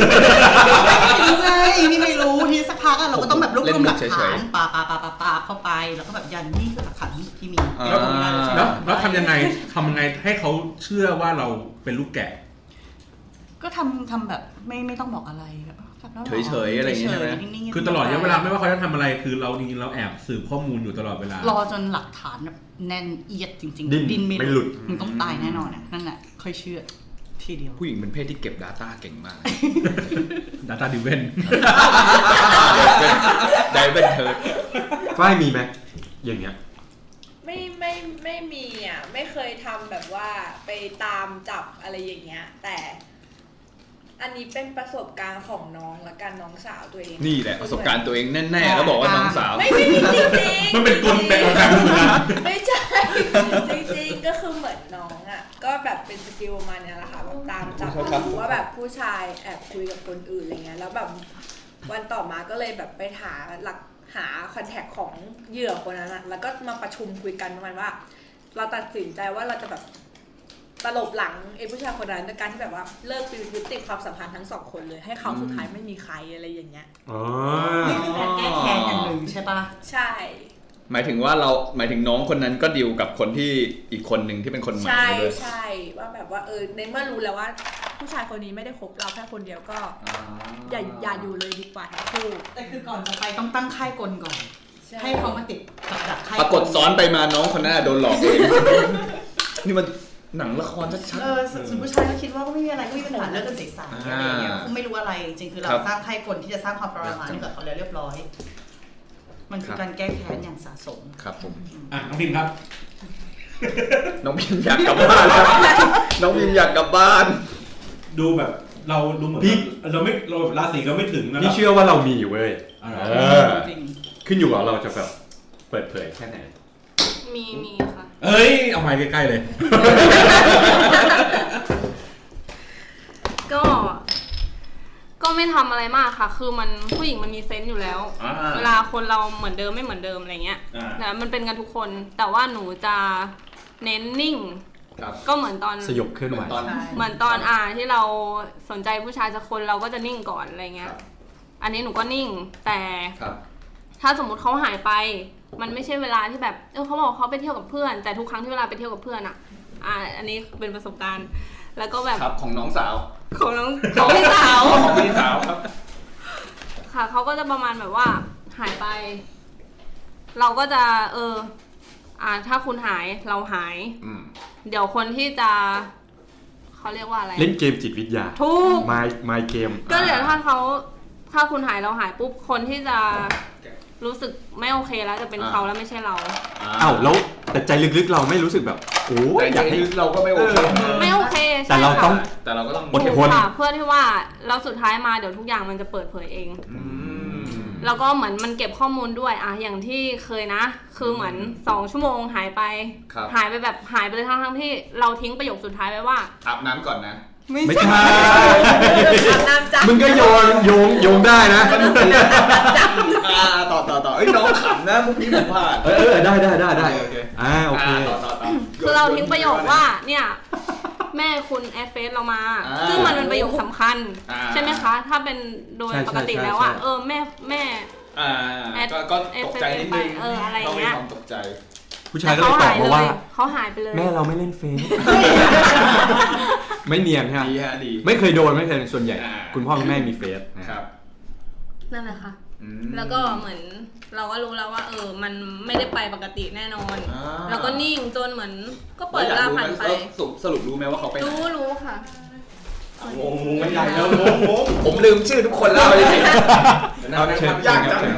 ไม่นี่ไม่รู้ทีสักพักเราก็ต้องแบบรวบรวมหลักฐานปาปาปาปาปาเข้าไปแล้วก็แบบยันนี่คือหลักฐานที่มีแล้วแล้วทำยังไงทำยังไงให้เขาเชื่อว่าเราเป็นลูกแกะก็ทำทำแบบไม่ไม่ต้องบอกอะไรเฉยๆอะไรอย่างเงี้ยใช่ไหมคือตลอดระยะเวลาไม่ว่าเขาจะทำอะไรคือเราจริงๆเราแอบสืบข้อมูลอยู่ตลอดเวลารอจนหลักฐานแบบแน่นเอียดจริงๆดินไม่หลุดมึงต้องตายแน่นอนนั่นแหละค่อยเชื่อทีเดียวผู้หญิงเป็นเพศที่เก็บ data เก่งมาก data driven ได้เป็นเธอฝ้ายมีไหมอย่างเงี้ยไม่ไม่ไม่มีอ่ะไม่เคยทำแบบว่าไปตามจับอะไรอย่างเงี้ยแต่อันนี้เป็นประสบการณ์ของน้องและกันน้องสาวตัวเองนี่แหละประสบการณ์ตัวเองแน่ๆแล้วบอกว่าน้องสาวไม่ไม่จริงๆมันเป็นกลเป็นการทำงานไม่ใช่จริงๆก็คือเหมือนน้องอ่ะก็แบบเป็นสกิลมาเนี่ยแหละค่ะแบบตามจับรู้ว่าแบบผู้ชายแอบคุยกับคนอื่นอะไรเงี้ยแล้วแบบวันต่อมาก็เลยแบบไปหาหลักหาคอนแทคของเหยื่อคนนั้นแล้วก็มาประชุมคุยกันประมาณว่าเราตัดสินใจว่าเราจะแบบตลบหลังไอ้ผู้ชายคนนั้นในการที่แบบว่าเลิกยุติความสัมพันธ์ทั้งสองคนเลยให้เขาสุดท้ายไม่มีใครอะไรอย่างเงี้ยนี่คือการแก้แค้นอย่างหนึ่งใช่ปะใช่หมายถึงว่าเราหมายถึงน้องคนนั้นก็ดีลกับคนที่อีกคนหนึ่งที่เป็นคนใหม่ด้วยใช่ใช่ว่าแบบว่าเออในเมื่อรู้แล้วว่าผู้ชายคนนี้ไม่ได้คบเราแค่คนเดียวก็อย่าอย่าอยู่เลยดีกว่าทั้งคู่แต่คือก่อนจะไปต้องตั้งค่ายกลก่อนให้เขามาติดกับดักค่ายปรากฏซ้อนไปมาน้องคนนั้นโดนหลอกเองนี่มันหนังละครชัดๆเออส่วนผู้ชายก็คิดว่าก็ไม่มีอะไรก็มีปัญหาเลิกกันใสๆอะไรอย่างเงี้ยคงไม่รู้อะไรจริงๆคือเราสร้างค่ายกลที่จะสร้างความทรมานให้กับเขาแล้วเรียบร้อยมันคือการแก้แค้นอย่างสะสมครับผมอ่ะน้องพิมพ์ครับน้องพิมพ์อยากกลับบ้านแล้วน้องพิมพ์อยากกลับบ้านดูแบบเราดูเหมือนเราไม่เราราศีเราไม่ถึงนะพี่เชื่อว่าเรามีอยู่เว้ยขึ้นอยู่กับเราจะแบบเปิดเผยแค่ไหนมีมีค่ะเอ้ยเอาไม้ใกล้ๆเลยก็ก็ไม่ทำอะไรมากค่ะคือมันผู้หญิงมันมีเซนส์อยู่แล้วเวลาคนเราเหมือนเดิมไม่เหมือนเดิมอะไรเงี้ยแต่มันเป็นกันทุกคนแต่ว่าหนูจะเน้นนิ่งก็เหมือนตอนสยบเคลื่อนไหวเหมือนตอนอ่าที่เราสนใจผู้ชายสักคนเราก็จะนิ่งก่อนอะไรเงี้ยอันนี้หนูก็นิ่งแต่ถ้าสมมุติเขาหายไปมันไม่ใช่เวลาที่แบบเออเขาบอกเขาไปเที่ยวกับเพื่อนแต่ทุกครั้งที่เวลาไปเที่ยวกับเพื่อนอ่ะอ่าอันนี้เป็นประสบการณ์แล้วก็แบบของน้องสาวของน้องของพี่สาวของพี่สาวครับค่ะเขาก็จะประมาณแบบว่าหายไปเราก็จะเอออ่าถ้าคุณหายเราหายเดี๋ยวคนที่จะเขาเรียกว่าอะไรเล่นเกมจิตวิทยาทุก my my เกมก็เดี๋ยวถ้าเขาถ้าคุณหายเราหายปุ๊บคนที่จะรู้สึกไม่โอเคแล้วจะเป็นเขาแล้วไม่ใช่เราอ้าวแล้วแต่ใจลึกๆเราไม่รู้สึกแบบโอ้อยากให้เราก็ไม่โอเคไม่โอเคแต่เราต้องแต่เราก็ต้องอดทนเพื่อที่ว่าเราสุดท้ายมาเดี๋ยวทุกอย่างมันจะเปิดเผยเองแล้วก็เหมือนมันเก็บข้อมูลด้วยอ่ะอย่างที่เคยนะคือเหมือนสองชั่วโมงหายไปหายไปแบบหายไปเลยทั้งๆที่เราทิ้งประโยคสุดท้ายไว้ว่าอาบน้ำก่อนนะไม่ใช่มึงก็โยนโยงโยงได้นะต่อต่อต่อเอ้ยน้องขำนะมุกนี้ผมพลาดเออได้ได้ได้ได้โอเคอ่าโอเคต่อต่อต่อคือเราทิ้งประโยคว่าเนี่ยแม่คุณแอดเฟซเรามาซึ่งมันเป็นประโยคสำคัญใช่ไหมคะถ้าเป็นโดยปกติแล้วอ่ะเออแม่แม่ก็ตกใจนิดนึงเอออะไรเงี้ยตกใจผู้ชายก็เลยตอบมาว่าเขาหายไปเลยแม่เราไม่เล่นเฟซไม่เนียนใช่ไหมดีฮะดีไม่เคยโดนไม่เคยส่วนใหญ่คุณพ่อคุณแม่มีเฟซครับนั่นแหละค่ะแล้วก็เหมือนเราก็รู้แล้วว่าเออมันไม่ได้ไปปกติแน่นอนแล้วก็นิ่งจนเหมือนก็เปิดเวลาผ่านไปสรุปรู้ไหมว่าเขาไปรู้รู้ค่ะงงงไม่ใหญ่แล้วงงงผมลืมชื่อทุกคนแล้วจริงๆเอาเชิญยากจัง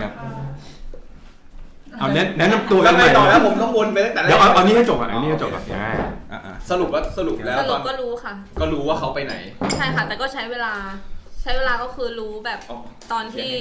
เอาแนะนำตัวกันไปต่อแล้วผมต้องวนไปตั้งแต่แรกเดี๋ยวเอาเอานี้ให้จบอ่ะอันนี้ให้จบอ่ะสรุปว่าสรุปแล้วตอนก็รู้ค่ะก็รู้ว่าเขาไปไหนใช่ค่ะแต่ก็ใช้เวลาใช้เวลาก็คือรู้แบบตอนที่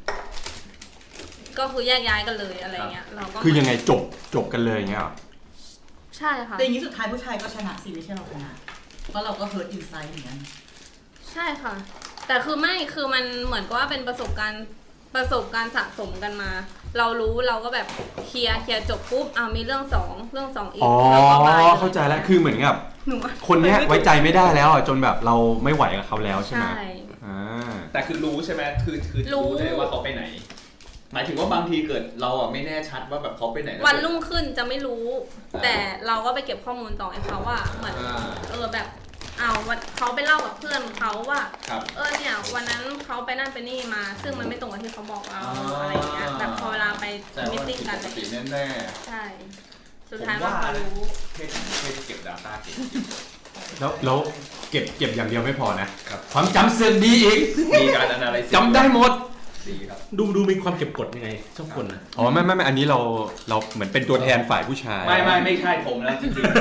ก็คือแยกย้ายกันเลยอะไรเงี้ยเราก็คือยังไงจบจบกันเลยเงี้ยใช่ค่ะแต่อย่างนี้สุดท้ายผู้ชายก็ชนะสิไม่ใช่เราชนะเพราะเราก็เฮิร์ตอินไซด์เหมือนกันใช่ค่ะแต่คือไม่คือมันเหมือนกับว่าเป็นประสบการณ์ประสบการณ์สะสมกันมาเรารู้เราก็แบบเคลียร์เคลียร์จบปุ๊บอ่ะมีเรื่องสองเรื่องสองอีกเราก็ไปเข้าใจแล้วคือเหมือนกับคนเนี้ยไว้ใจไม่ได้แล้วอ่ะจนแบบเราไม่ไหวกับเขาแล้วใช่ไหมอ่าแต่คือรู้ใช่ไหมคือคือรู้เลยว่าเขาไปไหนหมายถึงว่าบางทีเกิดเราอ่ะไม่แน่ชัดว่าแบบเขาไปไหนวันรุ่งขึ้นจะไม่รู้แต่เราก็ไปเก็บข้อมูลต่อให้เขาว่าเหมือนเออแบบเอาเขาไปเล่ากับเพื่อนเขาว่าเออเนี่ยวันนั้นเขาไปนั่นไปนี่มาซึ่งมันไม่ตรงกับที่เขาบอกเราอะไรเงี้ยแบบพอเวลาไปมิทติ้งกันปกติแน่ๆใช่สุดท้ายว่าเขารู้เพศเพศเก็บ data เก่งแล้วแล้วเก็บเก็บอย่างเดียวไม่พอนะความจำเสื่อมดีอีกมีการ analysis จำได้หมดดีครับดูดูมีความเก็บกดยังไงชอบคนนะอ๋อไม่ไม่ไม่อันนี้เราเราเหมือนเป็นตัวแทนฝ่ายผู้ชายไม่ไม่ไม่ใช่ผมนะจริง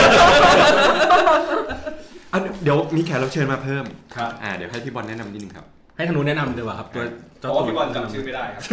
ๆเดี๋ยวมีแขกรับเชิญมาเพิ่มครับอ่าเดี๋ยวให้พี่บอลแนะนำนิดนึงครับให้ธนูแนะนำดีกว่าครับตัวเจ้าตัวพี่บอลจำชื่อไม่ได้ครับ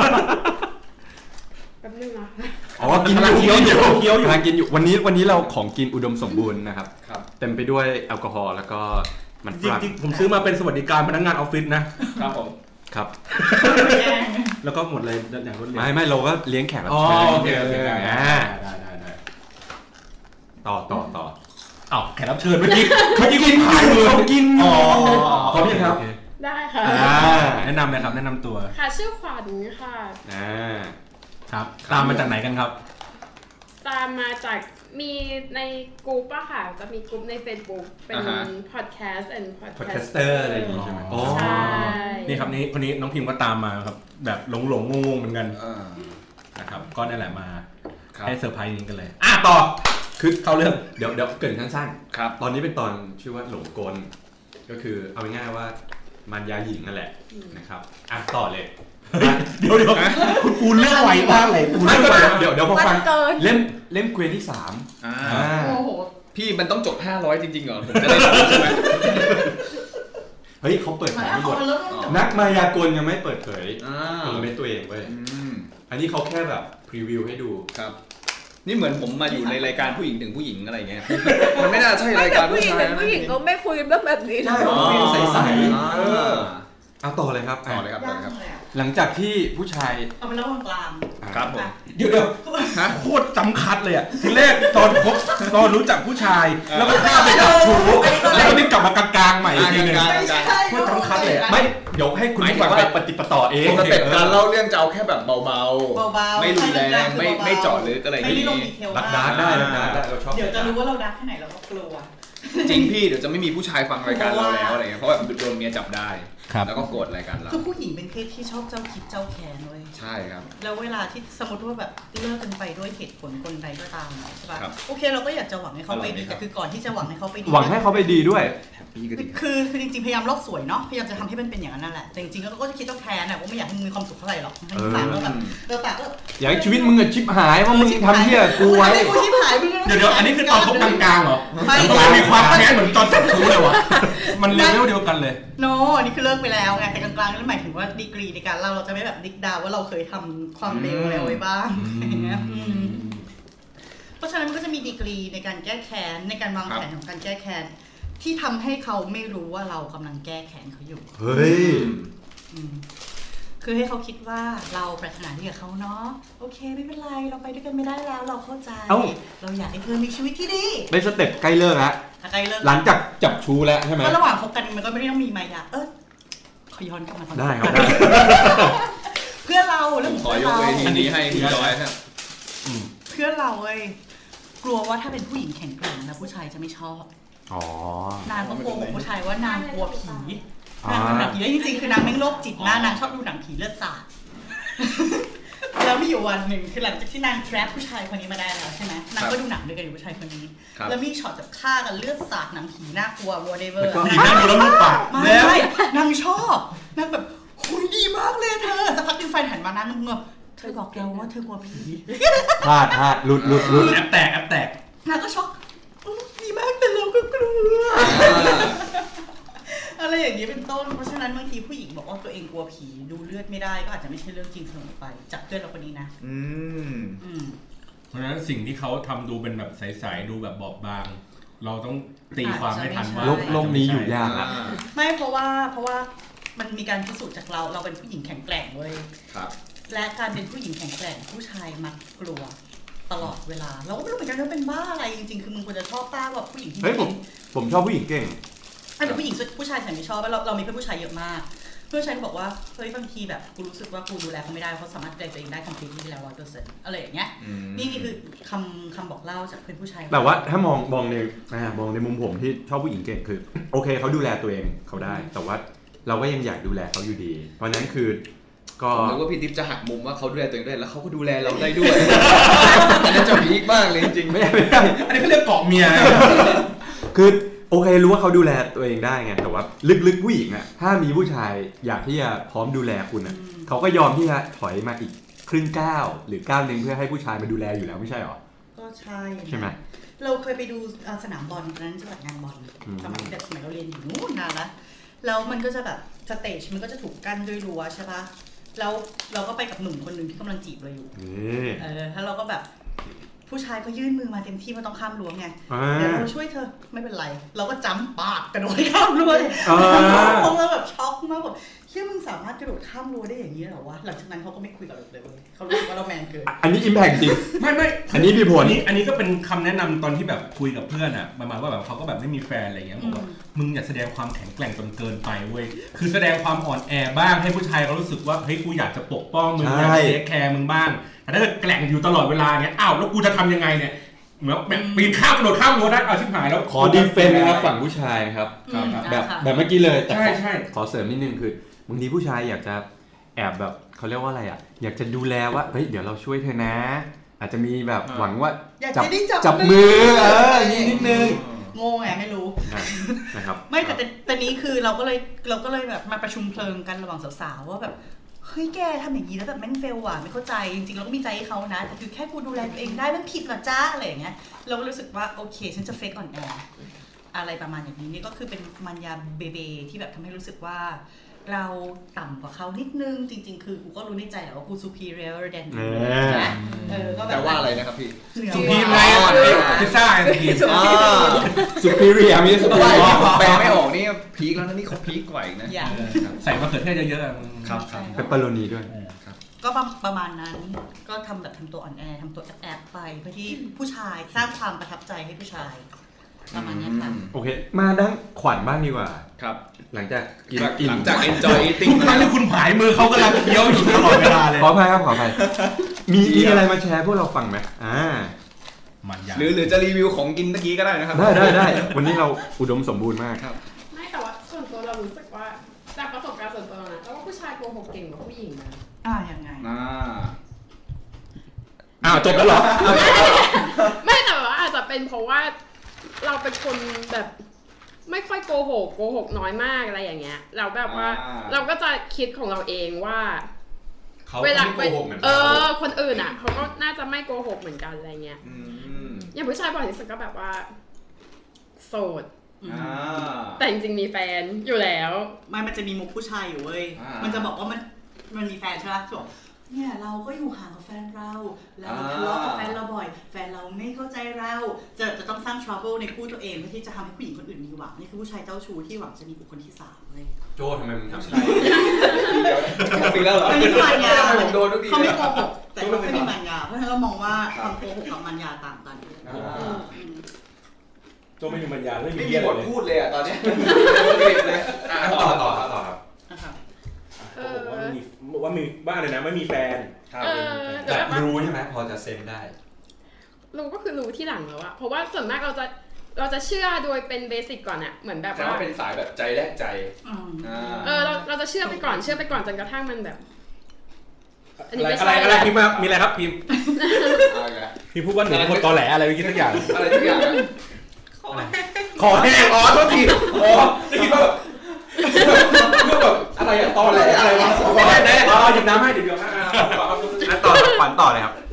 แป๊บนึงนะอ๋อกินอยู่เคี้ยวอยู่เคี้ยวอยู่ทานกินอยู่วันนี้วันนี้เราของกินอุดมสมบูรณ์นะครับเต็มไปด้วยแอลกอฮอล์แล้วก็มันฝรั่งจริงๆผมซื้อมาเป็นสวัสดิการพนักงานออฟฟิศนะครับผมครับแล้วก็หมดเลยอย่างรวดเร็วไม่ไม่เราก็เลี้ยงแขกรับเชิญโอเคโอเคได้ได้ได้ต่อต่อต่ออ้าวแขกรับเชิญเมื่อกี้เมื่อกี้กินขายเลยเขากินอ๋อพร้อมยังครับได้ค่ะแนะนำเลยครับแนะนำตัวค่ะชื่อขวัญค่ะอ่าครับตามมาจากไหนกันครับตามมาจากมีในกลุ่มอะค่ะจะมีกลุ่มใน Facebook เป็น podcast and podcaster อะไรอย่างงี้ใช่ไหมอ๋อนี่ครับนี่คนนี้น้องพิมพ์ก็ตามมาครับแบบหลงหลงงงเหมือนกันนะครับก็นั่นแหละมาให้เซอร์ไพรส์นี้กันเลยอ่ะต่อคือเข้าเรื่องเดี๋ยวเดี๋ยวเกริ่นสั้นๆครับตอนนี้เป็นตอนชื่อว่าหลงกลก็คือเอาง่ายๆว่ามารยาหญิงนั่นแหละนะครับอ่ะต่อเลยเดี๋ยวเดี๋ยวคุณปูเรื่องไวมากเลยปูเรื่องไวเดี๋ยวเดี๋ยวพอฟังเล่มเล่มเกรดที่สามอ่าโอ้โหพี่มันต้องจบห้าร้อยจริงๆเหรอผมจะได้รู้ใช่ไหมเฮ้ยเขาเปิดเผยไม่หมดนักมายากลยังไม่เปิดเผยกลเม็ดตัวเองเว้ยอันนี้เขาแค่แบบพรีวิวให้ดูครับนี่เหมือนผมมาอยู่ในรายการผู้หญิงถึงผู้หญิงอะไรเงี้ยมันไม่น่าใช่รายการผู้หญิงถึงผู้หญิงก็ไม่คุยเรื่องแบบนี้ใช่เขาคุยใสๆเอาต่อเลยครับต่อเลยครับต่อเลยครับหลังจากที่ผู้ชายเอาไปเล่ากลางครับผมเดี๋ยวเดี๋ยวโคตรจำคัดเลยอ่ะทีแรกตอนพบตอนรู้จักผู้ชายแล้วก็ข้ามไปจับชูแล้วก็นี่กลับมากลางๆใหม่อีกทีนึงโคตรจำคัดเลยไม่เดี๋ยวให้คุณฟังไปปฏิปต่อเองสเต็ปการเล่าเรื่องจะเอาแค่แบบเบาๆไม่รุนแรงไม่ไม่เจาะลึกอะไรอย่างนี้ดักดาร์ได้ดักดาร์ได้เราชอบเดี๋ยวจะรู้ว่าเราดักแค่ไหนเราก็กลัวจริงพี่เดี๋ยวจะไม่มีผู้ชายฟังรายการเราแล้วอะไรเงี้ยเพราะแบบโดนเมียจับได้แล้วก็โกรธรายการเราคือผู้หญิงเป็นเพศที่ชอบเจ้าคิดเจ้าแค้นเลยใช่ครับแล้วเวลาที่สมมติว่าแบบเลิกกันไปด้วยเหตุผลคนใดก็ตามใช่ป่ะโอเคเราก็อยากจะหวังให้เขาไปดีแต่คือก่อนที่จะหวังให้เขาไปดีหวังให้เขาไปดีด้วยคือคือจริงๆพยายามโลกสวยเนาะพยายามจะทำให้มันเป็นอย่างนั้นนั่นแหละแต่จริงๆแล้วก็จะคิดเจ้าแค้นน่ะว่าไม่อยากให้มึงมีความสุขเท่าไหร่หรอกให้มึงปากแล้วแบบเออปากก็อยากให้ชีวิตมึงชิบหายเพราะมึงทำเหี้ยกูไว้กูชิบหายมึงเดี๋ยวเดี๋ยวอันนี้คือตอนเขากลางๆเหรอไม่มีความแค้นเหมือนตอนจับชูเลยวะมันเลเวลเดียวกันเลยโนอันนี้คือเลิกไปแล้วไงแต่กลางๆนั่นหมายถึงว่าดีกรีในการเล่าเราจะไม่แบบดิกดาวว่าเราเคยทำความเลวอะไรไว้บ้างอย่างเงี้ยเพราะฉะนั้นมันก็จะมีดีกรีในการแก้แค้นในการวางแผนของการแก้แค้นที่ทำให้เขาไม่รู้ว่าเรากำลังแก้แค้นเขาอยู่เฮ้ยคือให้เขาคิดว่าเราปรารถนาดีกับเขาเนาะโอเคไม่เป็นไรเราไปด้วยกันไม่ได้แล้วเราเข้าใจเราอยากให้เธอมีชีวิตที่ดีได้สเต็ปใกล้เลิกแล้วใกล้เลิกหลังจากจับชูแล้วใช่ไหมก็ระหว่างคบกันมันก็ไม่ได้ต้องมีมายาเออขย้อนกลับมาได้ครับเพื่อเราเรื่องขอยกเวทีนี้ให้พี่จอยครับเพื่อเราเว้ยกลัวว่าถ้าเป็นผู้หญิงแข็งแกร่งนะผู้ชายจะไม่ชอบอ๋อนางก็โกหกผู้ชายว่านางกลัวผีนางดูหนังผีแล้วจริงๆคือนางแม่งโรคจิตหน้านางชอบดูหนังผีเลือดสาดแล้วมีอยู่วันหนึ่งคือหลังจากที่นางแทรปผู้ชายคนนี้มาได้แล้วใช่ไหมนางก็ดูหนังด้วยกันอยู่ผู้ชายคนนี้แล้วมีช็อตแบบฆ่ากันเลือดสาดหนังผีน่ากลัว whatever นางดูแล้วมันปากไม่นางชอบนางแบบคุยดีมากเลยเธอสักพักนึงแฟนหันมานั่งเงยเธอบอกเราว่าเธอกลัวผีพลาดพลาดหลุดหลุดหลุดแอบแตกแอบแตกนางก็ช็อกดีมากแต่เราก็กลัวอะไรอย่างนี้เป็นต้นเพราะฉะนั้นบางทีผู้หญิงบอกว่าตัวเองกลัวผีดูเลือดไม่ได้ก็อาจจะไม่ใช่เรื่องจริงเสมอไปจากเพื่อนเราคนนี้นะอืมอืมเพราะฉะนั้นสิ่งที่เขาทำดูเป็นแบบใสๆดูแบบบอบบางเราต้องตีความไม่ทันว่าโลกนี้อยู่ยากอ่ะไม่เพราะว่าเพราะว่ามันมีการพิสูจน์จากเราเราเป็นผู้หญิงแข็งแกร่งเว้ยครับและการเป็นผู้หญิงแข็งแกร่งผู้ชายมักกลัวตลอดเวลาเราก็ไม่รู้เหมือนกันว่าเป็นบ้าอะไรจริงๆคือมึงควรจะชอบป้าแบบผู้หญิงที่เฮ้ยผมผมชอบผู้หญิงเก่งแต่ผู้หญิงผู้ชายฉันไม่ชอบเราเรามีเพื่อนผู้ชายเยอะมากเพื่อนฉันบอกว่าเฮ้ยบางทีแบบกูรู้สึกว่ากูดูแลเขาไม่ได้เขาสามารถดูแลตัวเองได้คอมพลีทที่แล้วร้อยเปอร์เซ็นต์อะไรอย่างเงี้ยนี่นี่คือคำคำบอกเล่าจากเพื่อนผู้ชายแต่ว่าถ้ามองมองในมองในมุมผมที่ชอบผู้หญิงเก่งคือโอเคเขาดูแลตัวเองเขาได้แต่ว่าเราก็ยังอยากดูแลเขาอยู่ดีเพราะนั้นคือก็ผมนึกว่าพี่ติ๊บจะหักมุมว่าเขาดูแลตัวเองได้แล้วเขาก็ดูแลเราได้ด้วยอันนั้นจะพีคมากเลยจริงๆไม่ไม่ได้อันนี้เขาเรียกเกาะเมียคือโอเครู้ว่าเขาดูแลตัวเองได้ไงแต่ว่าลึกๆผู้หญิงอะถ้ามีผู้ชายอยากที่จะพร้อมดูแลคุณอะเขาก็ยอมที่จะถอยมาอีกครึ่งก้าวหรือก้าวนึงเพื่อให้ผู้ชายมาดูแลอยู่แล้วไม่ใช่หรอก็ใช่ใช่ไหมเราเคยไปดูสนามบอลนั้นจังหวัดงานบอลสมัยแบบสมัยเราเรียนอยู่นู่นนานละแล้วมันก็จะแบบสเตจมันก็จะถูกกั้นด้วยรั้วใช่ปะแล้วเราก็ไปกับหนุ่มคนหนึ่งที่กำลังจีบเราอยู่เออแล้วเราก็แบบผู้ชายก็ยื่นมือมาเต็มที่มันต้องข้ามรั้วไงเดี๋ยวเราช่วยเธอไม่เป็นไรเราก็จั๊มปาดกระโดดข้ามรั้วพวกเราแบบช็อกมากแบบเชื่อมึงสามารถกระโดดข้ามรั้วได้อย่างนี้เหรอวะหลังจากนั้นเขาก็ไม่คุยกับเราเลยเขารู้สึกว่าเราแมนเกินอันนี้อิมแพคจริงไม่ไม่อันนี้มีผลอันนี้ก็เป็นคำแนะนำตอนที่แบบคุยกับเพื่อนอ่ะประมาณว่าแบบเขาก็แบบไม่มีแฟนอะไรเงี้ยบอกว่ามึงอย่าแสดงความแข็งแกร่งจนเกินไปเว้ยคือแสดงความอ่อนแอบ้างให้ผู้ชายเขารู้สึกว่าเฮ้ยกูอยากจะปกป้องมึงอยากจะเทคแคร์มึงบ้างแต่ถ้าเกิดแกร่งอยู่ตลอดเวลาเงี้ยอ้าวแล้วกูจะทำยังไงเนี่ยเหมือนแบบปีนข้ามกระโดดข้ามรั้วได้เอาชิบหายแล้วขอดีเฟนส์นะครับฝั่งผู้ชายครับแบบแบบเมื่อกี้เลยแต่ขอเสริมนิดนึงคือบางทีผู้ชายอยากจะแอบแบบเขาเรียกว่าอะไรอ่ะอยากจะดูแลว่าเฮ้ยเดี๋ยวเราช่วยเธอนะอาจจะมีแบบหวังว่าจับจับมือเออนิดนึงงงไงไม่รู้นะครับไม่แต่แต่นี้คือเราก็เลยเราก็เลยแบบมาประชุมเพลิงกันระหว่างสาวๆว่าแบบเฮ้ยแกทำอย่างนี้แล้วแบบแม่งเฟลว่ะไม่เข้าใจจริงๆเราก็มีใจให้เขานะแต่คือแค่กูดูแลตัวเองได้มันผิดหรอจ้าอะไรอย่างเงี้ยเราก็รู้สึกว่าโอเคฉันจะเฟกอ่อนแออะไรประมาณอย่างนี้นี่ก็คือเป็นมันยาเบเบที่แบบทำให้รู้สึกว่าเราต่ำกว่าเขานิดนึงจริงๆคือกูก็รู้ในใจแหละว่ากู superior than นะเออก็แบบแต่ว่าอะไรนะครับพี่ superior ไงพิซซ่าไง superior ไม่ใช่ superior แปลไม่ออกนี่พีคแล้วนะนี่เขาพีคกว่าอีกนะใส่มะเขือเทศเยอะๆครับครับเปปเปอโรนีด้วยก็ประมาณนั้นก็ทำแบบทำตัวอ่อนแอทำตัวแอบๆไปเพื่อที่ผู้ชายสร้างความประทับใจให้ผู้ชายประมาณนี้ค่ะโอเคมาด้านขวัญบ้างดีกว่าครับหลังจากกินหลังจาก enjoy eating ทุกครั้งที่คุณผายมือเขากำลังเคี้ยวอยู่ตลอดเวลาเลยขออภัยครับขออภัยมีมีอะไรมาแชร์พวกเราฟังไหมอ่าหรือหรือจะรีวิวของกินเมื่อกี้ก็ได้นะครับได้ได้ได้วันนี้เราอุดมสมบูรณ์มากครับไม่แต่ว่าส่วนตัวเรารู้สึกว่าจากประสบการณ์ส่วนตัวนะแล้วว่าผู้ชายโกหกเก่งกว่าผู้หญิงนะอ่ายังไงอ่าอ้าวจบแล้วเหรอไม่แต่ว่าอาจจะเป็นเพราะว่าเราเป็นคนแบบไม่ค่อยโกหกโกหกน้อยมากอะไรอย่างเงี้ยเราแบบว่าเราก็จะคิดของเราเองว่าเวลาโกหกเหมือนเออคนอื่นอ่ะเขาก็น่าจะไม่โกหกเหมือนกันอะไรเงี้ยอย่างผู้ชายบ่อยที่สุดก็แบบว่าโสดแต่จริงๆมีแฟนอยู่แล้วไม่มันจะมีมุกผู้ชายอยู่เว้ยมันจะบอกว่ามันมันมีแฟนใช่ไหมจบเนี่ยเราก็อยู่ห่างกับแฟนเราเราทะเลาะกับแฟนเราบ่อยแฟนเราไม่เข้าใจเราจะจะต้องสร้าง trouble ในคู่ตัวเองเพื่อที่จะทำให้ผู้หญิงคนอื่นมีหวังนี่คือผู้ชายเจ้าชู้ที่หวังจะมีบุคคลที่สามเลยโจ้ทำไมมึงทำใช่ปีแล้วเหรอเขาไม่มีปัญญาเขาไม่โกหกแต่เขาไม่มีปัญญาเพราะฉะนั้นเรามองว่าความโกหกกับปัญญาต่างกันโจ้ไม่มีปัญญาไม่มีบทพูดเลยอ่ะตอนนี้ต่อต่อต่อครับว่ามีว่ามีบ้านเลยนะไม่มีแฟนแต่รู้ใช่ไหมพอจะเซ็นได้รู้ก็คือรู้ที่หลังแล้วอะเพราะว่าส่วนมากเราจะเราจะเชื่อโดยเป็นเบสิกก่อนอะเหมือนแบบว่าเป็นสายแบบใจแลกใจเออเราเราจะเชื่อไปก่อนเชื่อไปก่อนจนกระทั่งมันแบบอะไรอะไรอะไรพิมพ์มามีอะไรครับพิมพ์พิมพ์พูดว่าหนูเป็นคนตอแหลอะไรเมื่อกี้ทุกอย่างอะไรทุกอย่างขอแห้งอ๋อโทษทีอ๋อได้คิดว่าเรื่องแบบอะไรอะตอนแหลอะไรวะขอแห้งอ๋อหยิบน้ำให้เดี๋ยวเดี๋ยวนะงั้นต่อขวัญต่อเลยครับ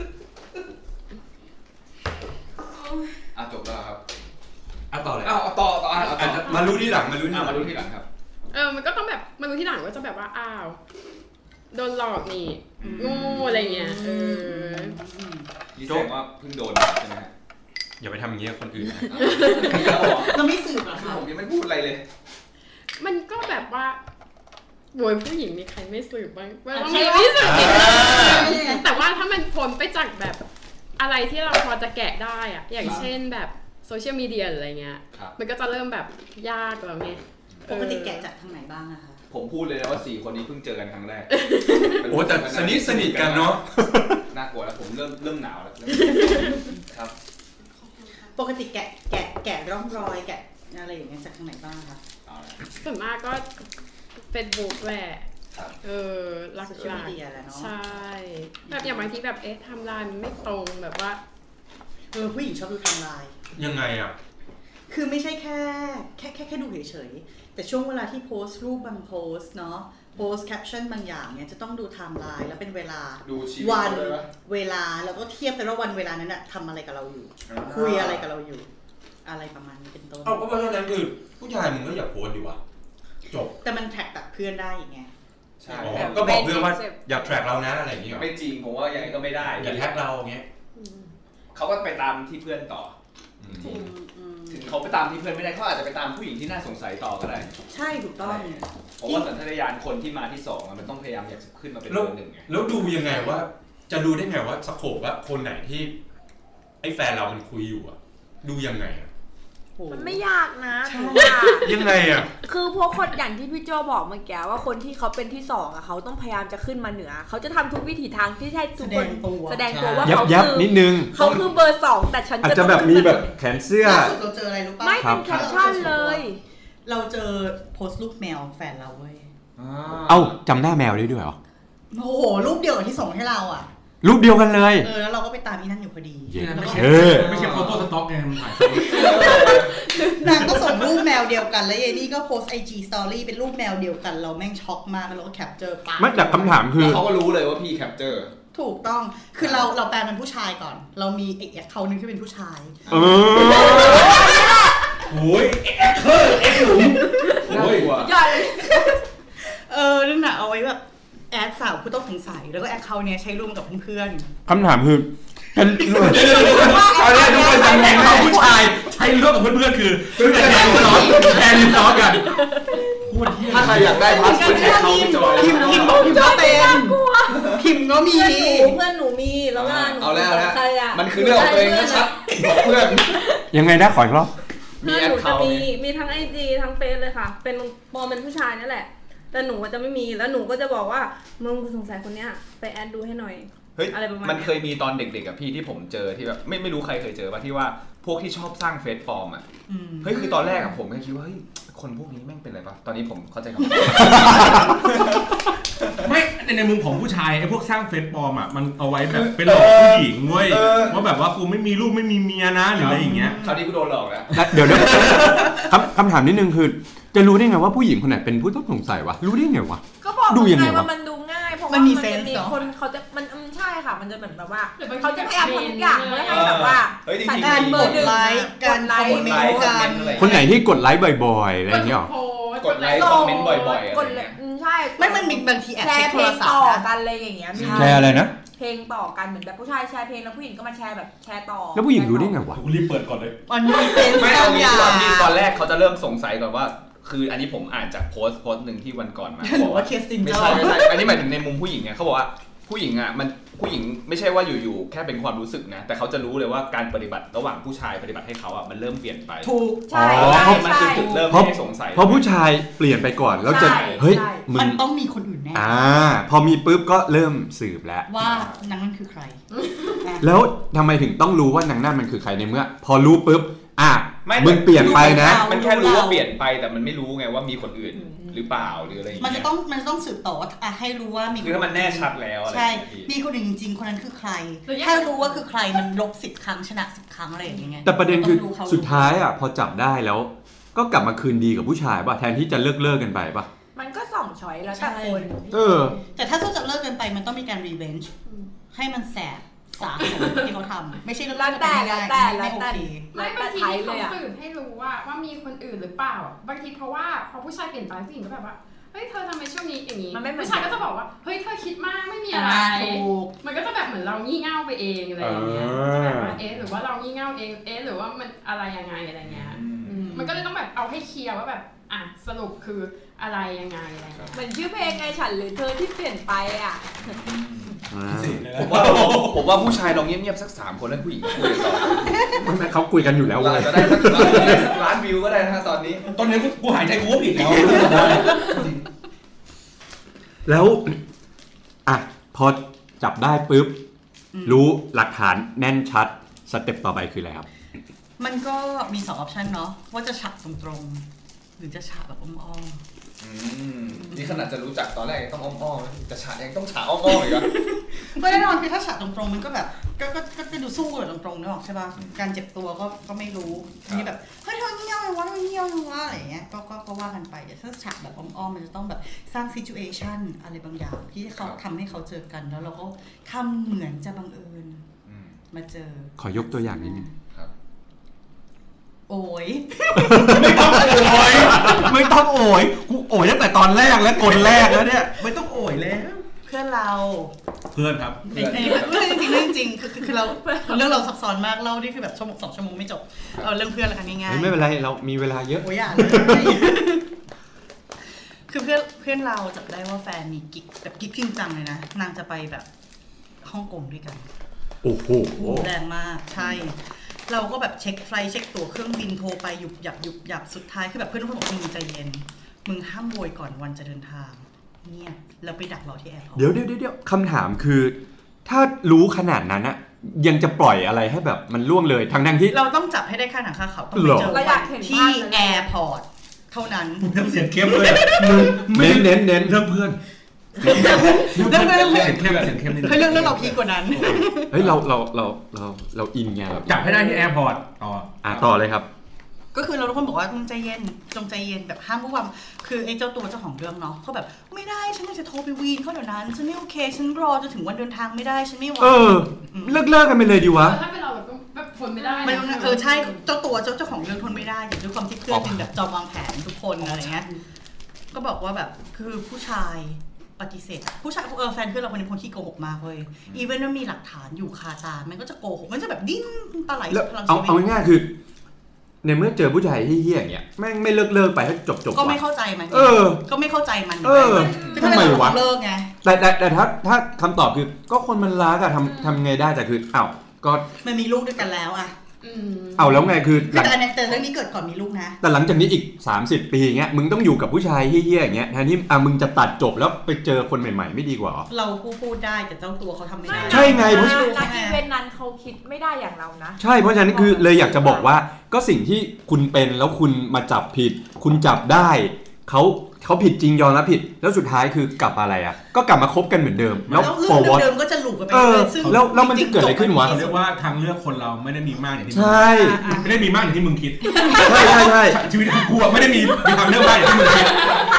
อ่ะจบแล้วครับอ่ะต่อเลยอ้าวต่อต่ออ่ะมารู้ที่หลังมารู้ที่หลังมารู้ที่หลังครับเออมันก็ต้องแบบมารู้ที่หลังว่าจะแบบว่าอ้าวโดนหลอกนี่งูอะไรเงี้ยเออนี่แสดงว่าเพิ่งโดนใช่ไหมอย่าไปทำอย่างนี้กับคนอื่นนะเราไม่สืบหรอคะผมยังไม่พูดอะไรเลยมันก็แบบว่าโวยผู้หญิงมีใครไม่สืบบ้างว่ามีไม่สืบแต่ว่าถ้ามันพ้นไปจากแบบอะไรที่เราพอจะแกะได้อะอย่างเช่นแบบโซเชียลมีเดียอะไรเงี้ยมันก็จะเริ่มแบบยากแล้วไงปกติแกะจากทางไหนบ้างอะคะผมพูดเลยนะว่าสี่คนนี้เพิ่งเจอกันครั้งแรกโอ้แต่สนิทสนิทกันเนาะน่ากลัวแล้วผมเริ่มเริ่มหนาวแล้วครับปกติแกะแกะแกะร่องรอยแกะอะไรอย่างเงี้ยจากทางไหนบ้างคะส่วนมากก็เฟซบุ๊กแหละเออหลักๆใช่แบบอย่างบางทีแบบเอ๊ะทำลายมันไม่ตรงแบบว่าเออผู้หญิงชอบดูทำลายยังไงอ่ะคือไม่ใช่แค่แค่แค่แค่ดูเฉยๆแต่ช่วงเวลาที่โพสต์รูปบางโพสต์เนาะโพสต์แคปชั่นบางอย่างเนี่ยจะต้องดูไทม์ไลน์แล้วเป็นเวลาวันเวลาแล้วก็เทียบกันว่าวันเวลานั้นอะทำอะไรกับเราอยู่คุยอะไรกับเราอยู่อะไรประมาณนี้เป็นต้นเอาก็เพราะฉะนั้นคือผู้ชายมึงก็อย่าโพสต์ดีวะจบแต่มันแท็กตัดเพื่อนได้อย่างเงี้ยใช่ก็บอกเพื่อนว่าอย่าแทร็กเรานะอะไรอย่างเงี้ยไม่จริงผมว่ายังไงก็ไม่ได้อย่าแท็กเราเงี้ยเขาก็ไปตามที่เพื่อนต่อถึงเขาไปตามที่เพื่อนไม่ได้เขาอาจจะไปตามผู้หญิงที่น่าสงสัยต่อก็ได้ใช่ถูกต้องเพราะว่าสัญชาตญาณคนที่มาที่สองมันต้องพยายามอยากจะขึ้นมาเป็นเบอร์หนึ่งไงแล้วดูยังไงว่าจะดูได้ไงว่าสโคปว่าคนไหนที่ไอ้แฟนเรามันคุยอยู่อะดูยังไงอะมันไม่ยากนะยังไงอะคือพวกคนอย่างที่พี่โจบอกเมื่อกี้ว่าคนที่เขาเป็นที่สองอะเขาต้องพยายามจะขึ้นมาเหนือเขาจะทำทุกวิถีทางที่ให้ทุกคนแสดงตัวว่าเขาคือนิดนึงเขาคือเบอร์สองแต่ฉันอาจจะแบบมีแบบแขนเสื้อเราเจออะไรรู้ป่ะไม่เป็นแคปชั่นเลยเราเจอโพสต์รูปแมวแฟนเราเว้ยเอ้าจำหน้าแมวได้ด้วยเหรอโอ้โหรูปเดียวกับที่ส่งให้เราอะรูปเดียวกันเลยเออแล้วเราก็ไปตามอีนั่นอยู่พอดีไม่ใช่ไม่ใช่โฟโต้สต็อกไงมันถ่ายนางก็ส่งรูปแมวเดียวกันแล้วเยนี่ก็โพสไอจีสตอรี่เป็นรูปแมวเดียวกันเราแม่งช็อกมากแล้วเราก็แคปเจอร์ปาไม่แต่คำถามคือเขาก็รู้เลยว่าพี่แคปเจอร์ถูกต้องคือเราเราแปลเป็นผู้ชายก่อนเรามีไอ้แอคเคาท์นึงที่เป็นผู้ชายเออโอ้ยแอคเคอร์แอคหลุมโอ้ยว่ะเออนั่นน่ะเอาไว้แบบแอดสาวผู้ต้องสงสัยแล้วก็แอคเคาท์เนี้ยใช้ร่วมกับเพื่อนๆคำถามคือเป็นเอาเนี่ยทุกคนจำแหน่งเขาผู้ชายใช้ร่วมกับเพื่อนๆคือเพื่อนแทนซ้อนแทนซ้อนกันถ้าใครอยากได้พาสเวิร์ดให้เขาจอยพิมพ์พิมพ์บอกพิมพ์ก็เป็นพิมพ์ก็มีเพื่อนหนูมีแล้วงานเอาแล้วแล้วมันคือเรื่องของตัวเองนะชัดบอกเพื่อนยังไงนะขออีกรอบมีแอคเคาท์มีมีทั้ง ไอ จี ทั้งเฟซเลยค่ะเป็นปลอมเป็นผู้ชายนั่นแหละแต่หนูจะไม่มีแล้วหนูก็จะบอกว่ามึงสงสัยคนเนี้ยไปแอดดูให้หน่อยเฮ้ยมันเคยมีตอนเด็กๆกับพี่ที่ผมเจอที่แบบไม่ไม่รู้ใครเคยเจอป่ะที่ว่าพวกที่ชอบสร้างเฟซปลอมอ่ะเฮ้ยคือตอนแรกอะผมก็คิดว่าเฮ้ยคนพวกนี้แม่งเป็นอะไรป่ะตอนนี้ผมเข้าใจคำไม่ในในมุมของผู้ชายไอ้พวกสร้างเฟซปลอมอ่ะมันเอาไว้แบบเป็นหลอกผู้หญิงเว้ยว่าแบบว่ากูไม่มีลูกไม่มีเมียนะหรืออะไรอย่างเงี้ยคราวนี้กูโดนหลอกแล้วเดี๋ยวนะคำคำถามนิดนึงคือจะรู้ได้ไงว่าผู้หญิงคนไหนเป็นผู้ต้องสงสัยวะรู้ได้ไงวะก็บอกดูยังไงว่ามันดูง่ายเพราะว่ามันมีคนเขาจะมันใช่ค่ะมันจะเหมือนแบบว่าเขาจะพยายามทำทุกอย่างเพื่อให้แบบว่าการกดไลค์การไลค์การคนไหนที่กดไลค์บ่อยๆอะไรเงี้ยกดไลค์คอมเมนต์บ่อยๆกดใช่ไม่มันมีบางทีแอบแชร์เพลงต่อกันอะไรอย่างเงี้ยแชร์อะไรนะเพลงต่อกันเหมือนแบบผู้ชายแชร์เพลงแล้วผู้หญิงก็มาแชร์แบบแชร์ต่อแล้วผู้หญิงรู้ได้ไงวะกูรีบเปิดก่อนเลยมันมีเซนส์ไม่เอางี้ตอนแรกเขาจะเริ่มสงสัยก่อนว่าคืออันนี้ผมอ่านจากโพสต์โพสต์หนึ่งที่วันก่อนมาบอกว่าเคสติงไม่ใช่ไม่ใช่อันนี้หมายถึงในมุมผู้หญิงไงเขาบอกว่าผู้หญิงอ่ะมันผู้หญิงไม่ใช่ว่าอยู่ๆแค่เป็นความรู้สึกนะแต่เขาจะรู้เลยว่าการปฏิบัติระหว่างผู้ชายปฏิบัติให้เขาอ่ะมันเริ่มเปลี่ยนไปถูกใช่มันคือจุดเริ่มให้สงสัยเพราะผู้ชายเปลี่ยนไปก่อนแล้วจะเฮ้ยมันต้องมีคนอื่นแน่อ่าพอมีปุ๊บก็เริ่มสืบแล้วว่านางนั่นคือใครแล้วทำไมถึงต้องรู้ว่านางนั่นมันคือใครในเมื่อพอรู้ปุ๊บอ่ะมึงเปลี่ยนไปนะมันแค่รู้ว่าเปลี่ยนไปแต่มันไม่รู้ไงว่ามีคนอื่นหรือเปล่าหรืออะไรอย่างเงี้ยมันจะต้องมันต้องสืบต่อว่าให้รู้ว่ามีคือถ้ามันแน่ชัดแล้วใช่มีคนอื่นจริงๆคนนั้นคือใครถ้ารู้ว่าคือใครมันลบสิบครั้งชนะสิบครั้งอะไรอย่างเงี้ยแต่ประเด็นคือสุดท้ายอ่ะพอจับได้แล้วก็กลับมาคืนดีกับผู้ชายป่ะแทนที่จะเลิกเลิกกันไปป่ะมันก็สองช้อยแล้วแต่คนเออแต่ถ้าจะเลิกกันไปมันต้องมีการรีเวนจ์ให้มันแสบสาสมที่เขาทำไม่ใช่เรื่องแต่แต่ไม่โอเคไม่บางทีเขาสืบให้รู้ว่าว่ามีคนอื่นหรือเปล่าบางทีเพราะว่าพอผู้ชายเปลี่ยนไปผู้หญิงก็แบบว่าเฮ้ยเธอทำไมช่วงนี้อย่างนี้ผู้ชายก็จะบอกว่าเฮ้ยเธอคิดมากไม่มีอะไรมันก็จะแบบเหมือนเรางี่เง่าไปเองอะไรอย่างเงี้ยจะแบบว่าเอ๊ะหรือว่าเรางี่เง่าเองเอ๊ะหรือว่ามันอะไรยังไงอะไรเงี้ยมันก็เลยต้องแบบเอาให้เคลียร์ว่าแบบอ่ะสรุปคืออะไรยังไงอะไรเงี้ยเหมือนชื่อเพลงไงฉันหรือเธอที่เปลี่ยนไปอ่ะผมว่าผมว่าผู้ชายลองเงียบๆสักสามคนแล้วผู้หญิงคุยต่อไม่เขาคุยกันอยู่แล้วเราจะได้สักล้านวิวก็ได้นะตอนนี้ตอนนี้กูหายใจกูก็ผิดแล้วแล้วอ่ะพอจับได้ปุ๊บรู้หลักฐานแน่นชัดสเต็ปต่อไปคืออะไรครับมันก็มีสองออปชันเนาะว่าจะฉากตรงๆหรือจะฉากแบบอ้อมๆนี่ขนาดจะรู้จักตอนแรกต้องอ้อมๆแต่ฉากยังต้องฉากอ้อมๆอีกอ่ะก็แน่นอนคือถ้าฉากตรงๆมันก็แบบก็ก็ก็จะดูสู้แบบตรงๆนึกออกใช่ป่ะการเจ็บตัวก็ก็ไม่รู้นี่แบบเฮ้ยเธองี่ยวนะว่าอะไรเงี้ยก็ก็ก็ว่ากันไปแต่ถ้าฉากแบบอ้อมๆมันจะต้องแบบสร้างซิจูเอชันอะไรบางอย่างที่เขาทำให้เขาเจอกันแล้วเราก็ทำเหมือนจะบังเอิญมาเจอขอยกตัวอย่างนิดนึงโอ้ยไม่ต้องโอยไม่ต้องโอยกูโอยตั้งแต่ตอนแรกแล้วกลแรกแล้วเนี่ยไม่ต้องโอยแล้วเพื่อนเราเพื่อนครับเพื่อนจริงๆเรื่องจริงคือคือเราเรื่องเราซับซ้อนมากเล่านี่คือแบบชั่วโมงสองชั่วโมงไม่จบเอาเรื่องเพื่อนละกันง่ายๆไม่เป็นไรเรามีเวลาเยอะโอ้ยอย่าเลยคือเพื่อนเพื่อนเราจับได้ว่าแฟนมีกิ๊กแบบกิ๊กจริงจังเลยนะนางจะไปแบบฮ่องกงด้วยกันโอ้โหแรงมากใช่เราก็แบบเช็คไฟล์เช็คตั๋วเครื่องบินโทรไปหยุบหยับหยุบหยับสุดท้ายคือแบบเพื่อนทุกคนบอกมึงใจเย็นมึงห้ามโวยก่อนวันจะเดินทางเงียบแล้วไปดักรอที่แอร์พอร์ตเดี๋ยวเดี๋ยวเดี๋ยวคำถามคือถ้ารู้ขนาดนั้นอะยังจะปล่อยอะไรให้แบบมันล่วงเลยทางนั้นที่เราต้องจับให้ได้ค่าหนังค่าเขาต้องไปเจอวันที่แอร์พอร์ตเท่านั้นเพิ่มเสียงเข้มเลยเน้นเน้นเน้นเรื่องเพื่อนเรื่องเรื่องเสียงเข้มเสียงเข้มนิดนึงเรื่องเรื่องเราพีกว่านั้นเฮ้ยเราเราเราเราเราอินไงจับให้ได้ที่แอร์พอร์ตต่ออ่ะต่อเลยครับก็คือเราทุกคนบอกว่ามึงใจเย็นจงใจเย็นแบบห้ามพูดความคือไอ้เจ้าตัวเจ้าของเรื่องเนาะเขาแบบไม่ได้ฉันจะโทรไปวีนเขาเดี๋ยวนั้นฉันไม่โอเคฉันรอจนถึงวันเดินทางไม่ได้ฉันไม่ไหวเออเลิกเลิกกันไปเลยดีวะถ้าเป็นเราแบบแบบทนไม่ได้เออใช่เจ้าตัวเจ้าเจ้าของเรื่องทนไม่ได้อย่างด้วยความที่เพื่อนเป็นแบบจอมวางแผนทุกคนอะไรเงี้ยก็บอกว่าแบบคือผู้ชายปฏิเสธผู้ชายเออแฟนเพื่อนเราคนนี้คนที่โกหกมากเลยอีเวนต์มันมีหลักฐานอยู่คาตามันก็จะโกหกมันจะแบบดิ้นปลาไหลพลังชีวิตเอาง่ายๆคือในเมื่อเจอผู้ชายที่เหี้ยอย่างเงี้ยแม่งไม่เลิกเลิกไปให้จบจบก็ไม่เข้าใจมันเออก็ไม่เข้าใจมันเออทำไมวะเลิกไงแต่แต่แต่ถ้าถ้าคำตอบคือก็คนมันรักอะทำทำไงได้แต่คืออ้าวก็มันมีลูกด้วยกันแล้วอะเอาแล้วไงคือแต่แต่เรื่องนี้เกิดก่อนมีลูกนะแต่หลังจากนี้อีกสามสิบปีเงี้ยมึงต้องอยู่กับผู้ชายเหี้ยๆอย่างเงี้ยแทนที่อ่ะมึงจะตัดจบแล้วไปเจอคนใหม่ๆไม่ดีกว่าเราพูดพูดได้แต่เจ้าตัวเขาทำไม่ได้ใช่ไงเพราะนักอีเวนต์นั้นเขาคิดไม่ได้อย่างเรานะใช่เพราะฉะนั้นคือเลยอยากจะบอกว่าก็สิ่งที่คุณเป็นแล้วคุณมาจับผิดคุณจับได้เขาเขาผิดจริงยอมรับผิดแล้วสุดท้ายคือกลับอะไรอ่ะก็กลับมาคบกันเหมือนเดิมแล้วเรื่องเดิมก็จะหลุดกันไปเลยซึ่งแล้วแล้วมันจะเกิดอะไรขึ้นวะเขาเรียกว่าทางเลือกคนเราไม่ได้มีมากอย่างที่มึงไม่ได้มีมากอย่างที่มึงคิดใช่ใช่ใช่ชีวิตของกูไม่ได้มีมีทางเลือกมากอย่างที่มึงคิด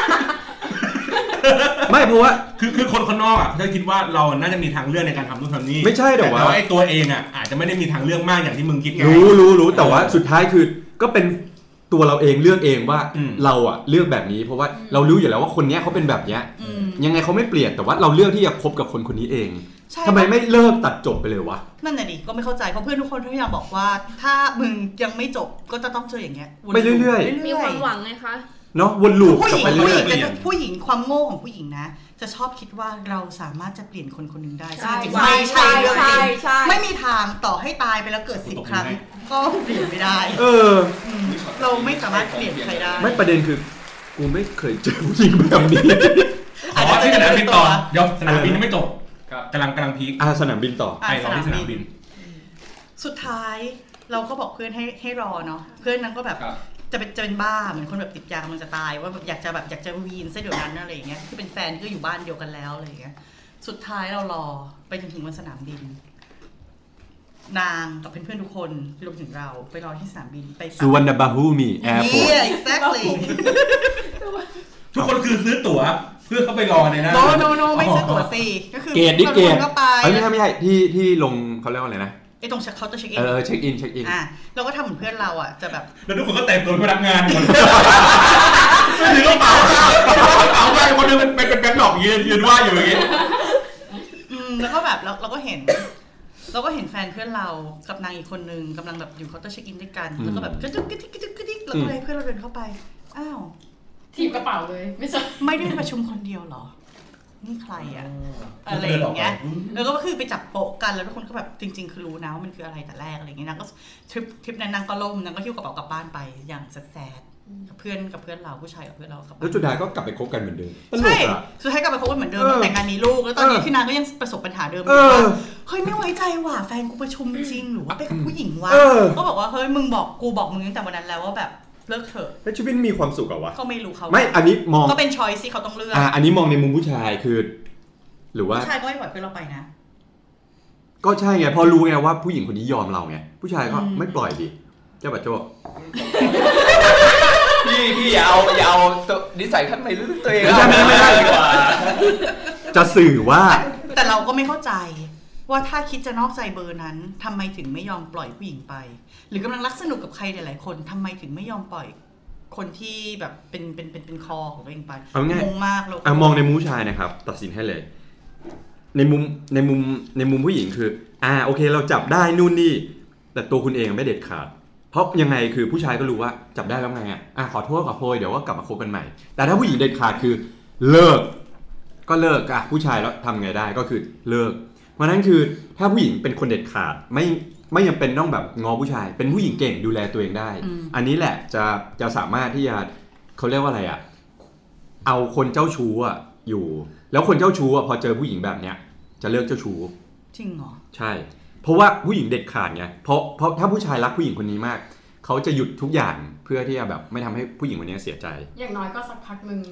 ไม่เพราะว่าคือคือคนคนนอกอ่ะเขาคิดว่าเราน่าจะมีทางเลือกในการทำนู่นทำนี่ไม่ใช่แต่ว่าไอ้ตัวเองอ่ะอาจจะไม่ได้มีทางเลือกมากอย่างที่มึงคิดไงรู้รู้รู้แต่ว่าสุดท้ายคือก็เป็นตัวเราเองเลือกเองว่าเราอ่ะเลือกแบบนี้เพราะว่าเรารู้อยู่แล้วว่าคนนี้เขาเป็นแบบเนี้ยยังไงเขาไม่เปลี่ยนแต่ว่าเราเลือกที่จะคบกับคนคนนี้เองทำไมไม่เลิกตัดจบไปเลยวะนั่นน่ะดิก็ไม่เข้าใจเพราะเพื่อนทุกคนพยายามบอกว่าถ้ามึงยังไม่จบก็จะต้องเจออย่างเงี้ยไปเรื่อยๆมีความหวังไงคะเนาะวนลูปกลับไปเรื่อยๆผู้หญิงความโง่ของผู้หญิงนะจะชอบคิดว่าเราสามารถจะเปลี่ยนคนคนนึงได้ซึ่งจริงๆไม่ใช่เรื่องจริงไม่มีทางต่อให้ตายไปแล้วเกิดสิบครั้งก็เปลี่ยนไม่ได้เออเราไม่สามารถเปลี่ยนใครได้ไม่ประเด็นคือกูไม่เคยเจอผู้หญิงแบบนี้อ๋อที่สนามบินต่อเดี๋ยวสนามบินยังไม่จบกำลังกำลังพีคอ่าสนามบินต่อไปรอที่สนามบินสุดท้ายเราก็บอกเพื่อนให้ให้รอเนาะเพื่อนนั้นก็แบบจะเป็นจะเป็นบ้าเหมือนคนแบบติดยากำลังจะตายว่าแบบอยากจะแบบอยากจะวีนซะเดี๋ยวนั้นอะไรอย่างเงี้ยคือเป็นแฟนก็อยู่บ้านเดียวกันแล้วอะไรอย่างเงี้ยสุดท้ายเรารอไปจนถึงวันสนามบินนางกับเพื่อนๆทุกคนรวมถึงเราไปรอที่สนามบินไปสุวรรณบาฮูมีแอร์พอร์ต yeah exactly ทุกคนคือซื้อตั๋วเพื่อเข้าไปรอในนั้น no no no ไม่ซื้อตั๋วสิก็คือเกตดิเกตไม่ใช่ไม่ใช่ที่ที่ลงเขาเรียกว่าอะไรนะไอ้ตรงเช็คเคาน์เตอร์เช็คอินเออเช็คอินเช็คอินอ่ะเราก็ทำเหมือนเพื่อนเราอ่ะจะแบบแล้วทุกคนก็แต่งตัวเป็นพนักงานหมดถือกระเป๋ากระเป๋าไปคนนึงเป็นเป็นแบงค์ดอกยืนยืนว่าอยู่อย่างงี้อืมแล้วก็แบบเราเราก็เห็นเราก็เห็นแฟนเพื่อนเรากับนางอีกคนนึงกำลังแบบอยู่เคาน์เตอร์เช็คอินด้วยกันแล้วก็แบบกระจุกกระดิกกระจุกกระดิกแล้วก็เลยเพื่อนเราเดินเข้าไปอ้าวทีมกระเป๋าเลยไม่ใช่ไม่ได้ประชุมคนเดียวหรอนี่ใครอ่ะอะไรอย่างเงี้ยแล้วก็คือไปจับโปะกันแล้วทุกคนก็แบบจริงๆคือรู้นะว่ามันคืออะไรแต่แรกอะไรเงี้ยนางก็ทริปทริปนั้นนางก็ล่มนางก็หิ้วกระเป๋ากลับบ้านไปอย่างแซดกับเพื่อนกับเพื่อนเราผู้ชายกับเพื่อนเราแล้วสุดท้ายก็กลับไปคบกันเหมือนเดิมใช่สุดท้ายกลับไปคบกันเหมือนเดิมแต่งงานมีลูกแล้วตอนนี้ที่นางก็ยังประสบปัญหาเดิมอยู่ว่าเฮ้ยไม่ไว้ใจว่ะแฟนกูประชุมจริงหรือว่าไปกับผู้หญิงวะก็บอกว่าเฮ้ยมึงบอกกูบอกมึงตั้งแต่วันนั้นแล้วว่าแบบเลิกเถอะแล้วชีวิตมีความสุขเหรอวะเขาไม่รู้เขาไม่อันนี้มองก็เป็นช้อยส์ที่เขาต้องเลือกอ่าอันนี้มองในมุมผู้ชายคือหรือว่าผู้ชายก็ไม่ปล่อยเพื่อนเราไปนะก็ใช่ไงพอรู้ไงว่าผู้หญิงคนนี้ยอมเราไงผู้ชายก็ไม่ปล่อยดิเจ้าบัดโจ้พี่พี่อย่าเอาอย่าเอานิสัยท่านไม่รู้ตัวเองไม่ใช่ไม่ได้ดีกว่าจะสื่อว่าแต่เราก็ไม่เข้าใจว่าถ้าคิดจะนอกใจเบอร์นั้นทำไมถึงไม่ยอมปล่อยผู้หญิงไปหรือกำลังรักสนุกกับใครหลายๆคนทำไมถึงไม่ยอมปล่อยคนที่แบบเป็นเป็นเป็นเป็นคอของตัวเองไปงงมากเลยอ่ะมองในมุมชายนะครับตัดสินให้เลยในมุมในมุมในมุมผู้หญิงคืออ่าโอเคเราจับได้นู่นนี่แต่ตัวคุณเองไม่เด็ดขาดเพราะยังไงคือผู้ชายก็รู้ว่าจับได้แล้วไงอ่ะอ่ะขอโทษขอโพยเดี๋ยวก็กลับมาคบกันใหม่แต่ถ้าผู้หญิงเด็ดขาดคือเลิกก็เลิกอ่ะผู้ชายแล้วทำไงได้ก็คือเลิกเพราะนั้นคือถ้าผู้หญิงเป็นคนเด็ดขาดไม่ไม่ยังเป็นต้องแบบงอผู้ชายเป็นผู้หญิงเก่งดูแลตัวเองได้อันนี้แหละจะจะสามารถที่จะเขาเรียกว่าอะไรอ่ะเอาคนเจ้าชู้อ่ะอยู่แล้วคนเจ้าชู้อ่ะพอเจอผู้หญิงแบบเนี้ยจะเลิกเจ้าชู้จริงเหรอใช่เพราะว่าผู้หญิงเด็ดขาดไงเพราะเพราะถ้าผู้ชายรักผู้หญิงคนนี้มากเขาจะหยุดทุกอย่างเพื่อที่จะแบบไม่ทำให้ผู้หญิงคนนี้เสียใจอย่างน้อยก็สักพักนึง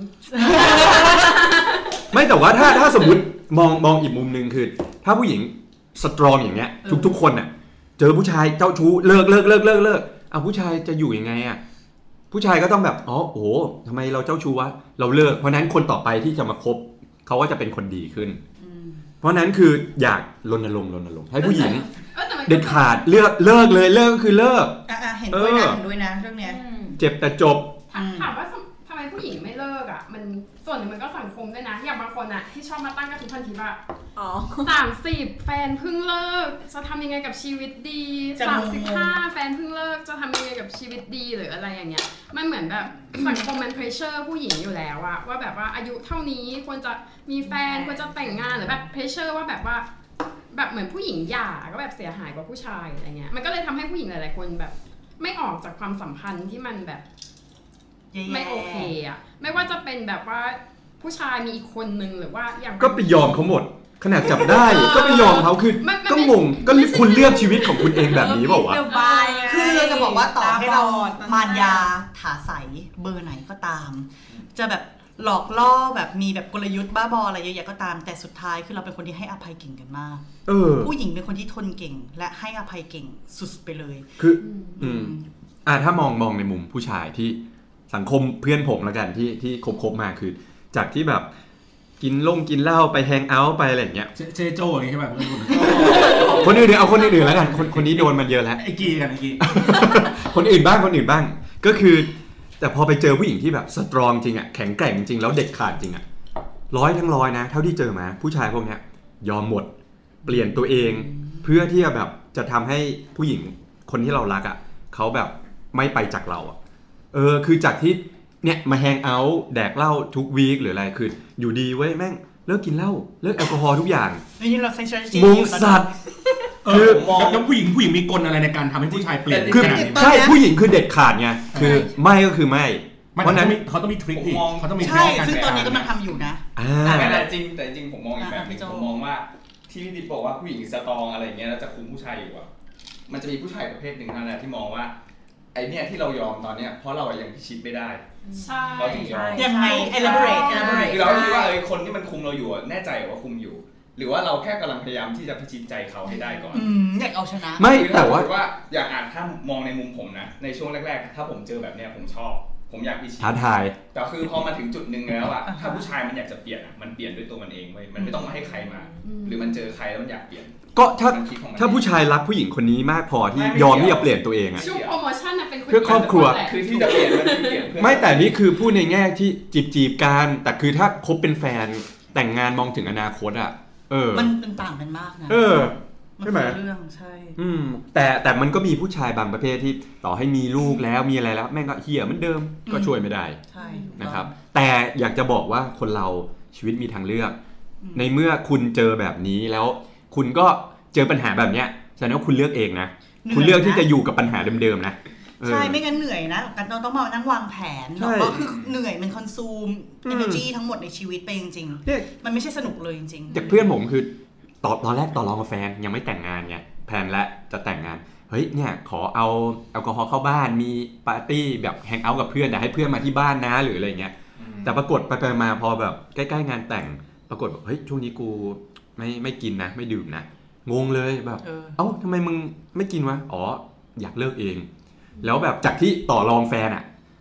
ไม่แต่ว่าถ้าถ้าสมมติมองมองอีกมุมนึงคือถ้าผู้หญิงสตรองอย่างเงี้ยทุกๆคนน่ะเจอผู้ชายเจ้าชู้เลิกเลิกเลิกเลิกเลิกเอาผู้ชายจะอยู่ยังไงอ่ะผู้ชายก็ต้องแบบอ๋อโอ้โหทำไมเราเจ้าชู้วะเราเลิกเพราะนั้นคนต่อไปที่จะมาคบเขาก็จะเป็นคนดีขึ้นเพราะนั้นคืออยากรณรงค์รณรงค์ให้ผู้หญิงเด็ดขาดเลือกเลิกเลยเลิกก็คือเลิกอ่ะเห็นด้วยนะเห็นด้วยนะเรื่องเนี้ยเจ็บแต่จบถามว่าทำไมผู้หญิงไม่เลิกอ่ะมันส่วนหนึ่งมันก็สังคมด้วยนะอย่างบางคนอ่ะที่ชอบมาตั้งกระทู้พันทิปอ่ะสามสิบแฟนเพิ่งเลิกจะทำยังไงกับชีวิตดีสามสิบห้าแฟนเพิ่งเลิกจะทำยังไงกับชีวิตดีหรืออะไรอย่างเงี้ยมันเหมือนแบบสังคมมันเพรสเชอร์ผู้หญิงอยู่แล้วอะว่าแบบว่าอายุเท่านี้ควรจะมีแฟนควรจะแต่งงานหรือแบบเพรสเชอร์ว่าแบบว่าแบบเหมือนผู้หญิงหย่าก็แบบเสียหายกว่าผู้ชายอะไรเงี้ยมันก็เลยทำให้ผู้หญิงหลายๆคนแบบไม่ออกจากความสัมพันธ์ที่มันแบบไม่โอเคอะไม่ว่าจะเป็นแบบว่าผู้ชายมีอีกคนนึงหรือว่าอย่างก็ไปยอมเขาหมดขนาดจับได้ก็ไปยอมเขาคือก็งงก็คุณเลือกชีวิตของคุณเองแบบนี้เปล่าวะคือเราจะบอกว่าต่อให้เรามารยาถาใสเบอร์ไหนก็ตามจะแบบหลอกล่อแบบมีแบบกลยุทธ์บ้าบออะไรเยอะแยะก็ตามแต่สุดท้ายคือเราเป็นคนที่ให้อภัยเก่งกันมากผู้หญิงเป็นคนที่ทนเก่งและให้อภัยเก่งสุดไปเลยคืออืมอ่าถ้ามองมองในมุมผู้ชายที่สังคมเพื่อนผมละกันที่ที่คบๆมาคือจากที่แบบกินล่งกินเหล้าไปแฮงเอาท์ไปอะไรอย่างเงี้ยเจโจ้อย่างงี้ใช่ป่ะคนอื่นๆเอาคนอื่นๆแล้วกันคนคนนี้โดนมันเยอะแล้วไอ้กี้กันไอ้กี้คนอื่นบ้างคนอื่นบ้างก็คือแต่พอไปเจอผู้หญิงที่แบบสตรองจริงอ่ะแข็งแกร่งจริงแล้วเด็ดขาดจริงอ่ะร้อยทั้งร้อยนะเท่าที่เจอมาผู้ชายพวกเนี้ยยอมหมดเปลี่ยนตัวเองเพื่อที่จะแบบจะทำให้ผู้หญิงคนที่เรารักอ่ะเขาแบบไม่ไปจากเราอ่ะเออคือจากที่เนี่ยมาแฮงเอาท์แดกเหล้าทุกวีคหรืออะไรคืออยู่ดีเว้ยแม่งเลิกกินเหล้าเลิกแอลกอฮอล์ทุกอย่างนี่เราใช้ strategy มุงสัตว์คือแล้วผู้หญิงผู้หญิงมีกลอะไรในการทำให้ผู้ชายเปลี่ยนคือใช่ผู้หญิงคือเด็ดขาดไงคือไม่ก็คือไม่เพราะนั้นเขาต้องมีทริคดิเขาต้องมีใช่ซึ่งตอนนี้กำลังทำอยู่นะแต่จริงแต่จริงผมมองอีกแบบนึงผมมองว่าที่พี่ดิบอกว่าผู้หญิงสตรองอะไรอย่างเงี้ยแล้วจะคุมผู้ชายอยู่อ่ะมันจะมีผู้ชายประเภทหนึ่งนั่นแหละที่มองว่าไอเนี่ยที่เรายอมตอนเนี้ยเพราะเรายังพิชิตไม่ได้เราถึงยอมยังไง elaborate elaborate คือเราคิดว่าเออคนที่มันคุมเราอยู่แน่ใจว่าคุมอยู่หรือว่าเราแค่กำลังพยายามที่จะพิชิตใจเขาให้ได้ก่อนอยากเอาชนะไม่แต่ว่าว่าอยากอ่านถ้ามองในมุมผมนะในช่วงแรกๆถ้าผมเจอแบบเนี้ยผมชอบผมอยากพิชิตท้าทายแต่คือพอมาถึงจุดนึงแล้วอะถ้าผู้ชายมันอยากจะเปลี่ยนอะมันเปลี่ยนด้วยตัวมันเองเว้ยมันไม่ต้องมาให้ใครมาหรือมันเจอใครแล้วมันอยากเปลี่ยนก็ถ้าถ้าผู้ชายรักผู้หญิงคนนี้มากพอที่ยอมที่จะเปลี่ยนตัวเองอะช่วงโปรโมชั่นอะเป็นเพื่อครอบครัวคือที่จะเปลี่ยนมันเปลี่ยนไม่แต่นี่คือพูดในแง่ที่จีบจีบกันแต่คือถ้าคบเป็นแฟนแต่งงานมองถึงอนาคตอะเออมันเป็นต่างกันมากนะเออใช่ไหมเรื่องใช่อืมแต่แต่มันก็มีผู้ชายบางประเภทที่ต่อให้มีลูกแล้วมีอะไรแล้วแม่งก็เหี้ยเหมือนเดิมก็ช่วยไม่ได้ใช่นะครับแต่อยากจะบอกว่าคนเราชีวิตมีทางเลือกในเมื่อคุณเจอแบบนี้แล้วคุณก็เจอปัญหาแบบเนี้ยแสดงว่าคุณเลือกเองนะคุณเลือกที่จะอยู่กับปัญหาเดิมๆนะใช่ไม่งั้นเหนื่อยนะกันต้องมานั่งวางแผนแล้วก็คือเหนื่อยมันคอนซูม energy ทั้งหมดในชีวิตไปจริงๆมันไม่ใช่สนุกเลยจริงๆจากเพื่อนผมคือตอนตอนแรกต่อรองกับแฟนยังไม่แต่งงานไงแพลนและจะแต่งงานเฮ้ยเนี่ยขอเอาแอลกอฮอล์เข้าบ้านมีปาร์ตี้แบบแฮงเอาท์กับเพื่อนแต่ให้เพื่อนมาที่บ้านนะหรืออะไรเงี้ยแต่ปรากฏไปไปมาพอแบบใกล้ๆงานแต่งปรากฏเฮ้ยช่วงนี้กูไม่ไม่กินนะไม่ดื่มนะงงเลยแบบเอ้าทำไมมึงไม่กินวะอ๋ออยากเลิกเองแล้วแบบจากที่ต่อรองแฟนอ่ะ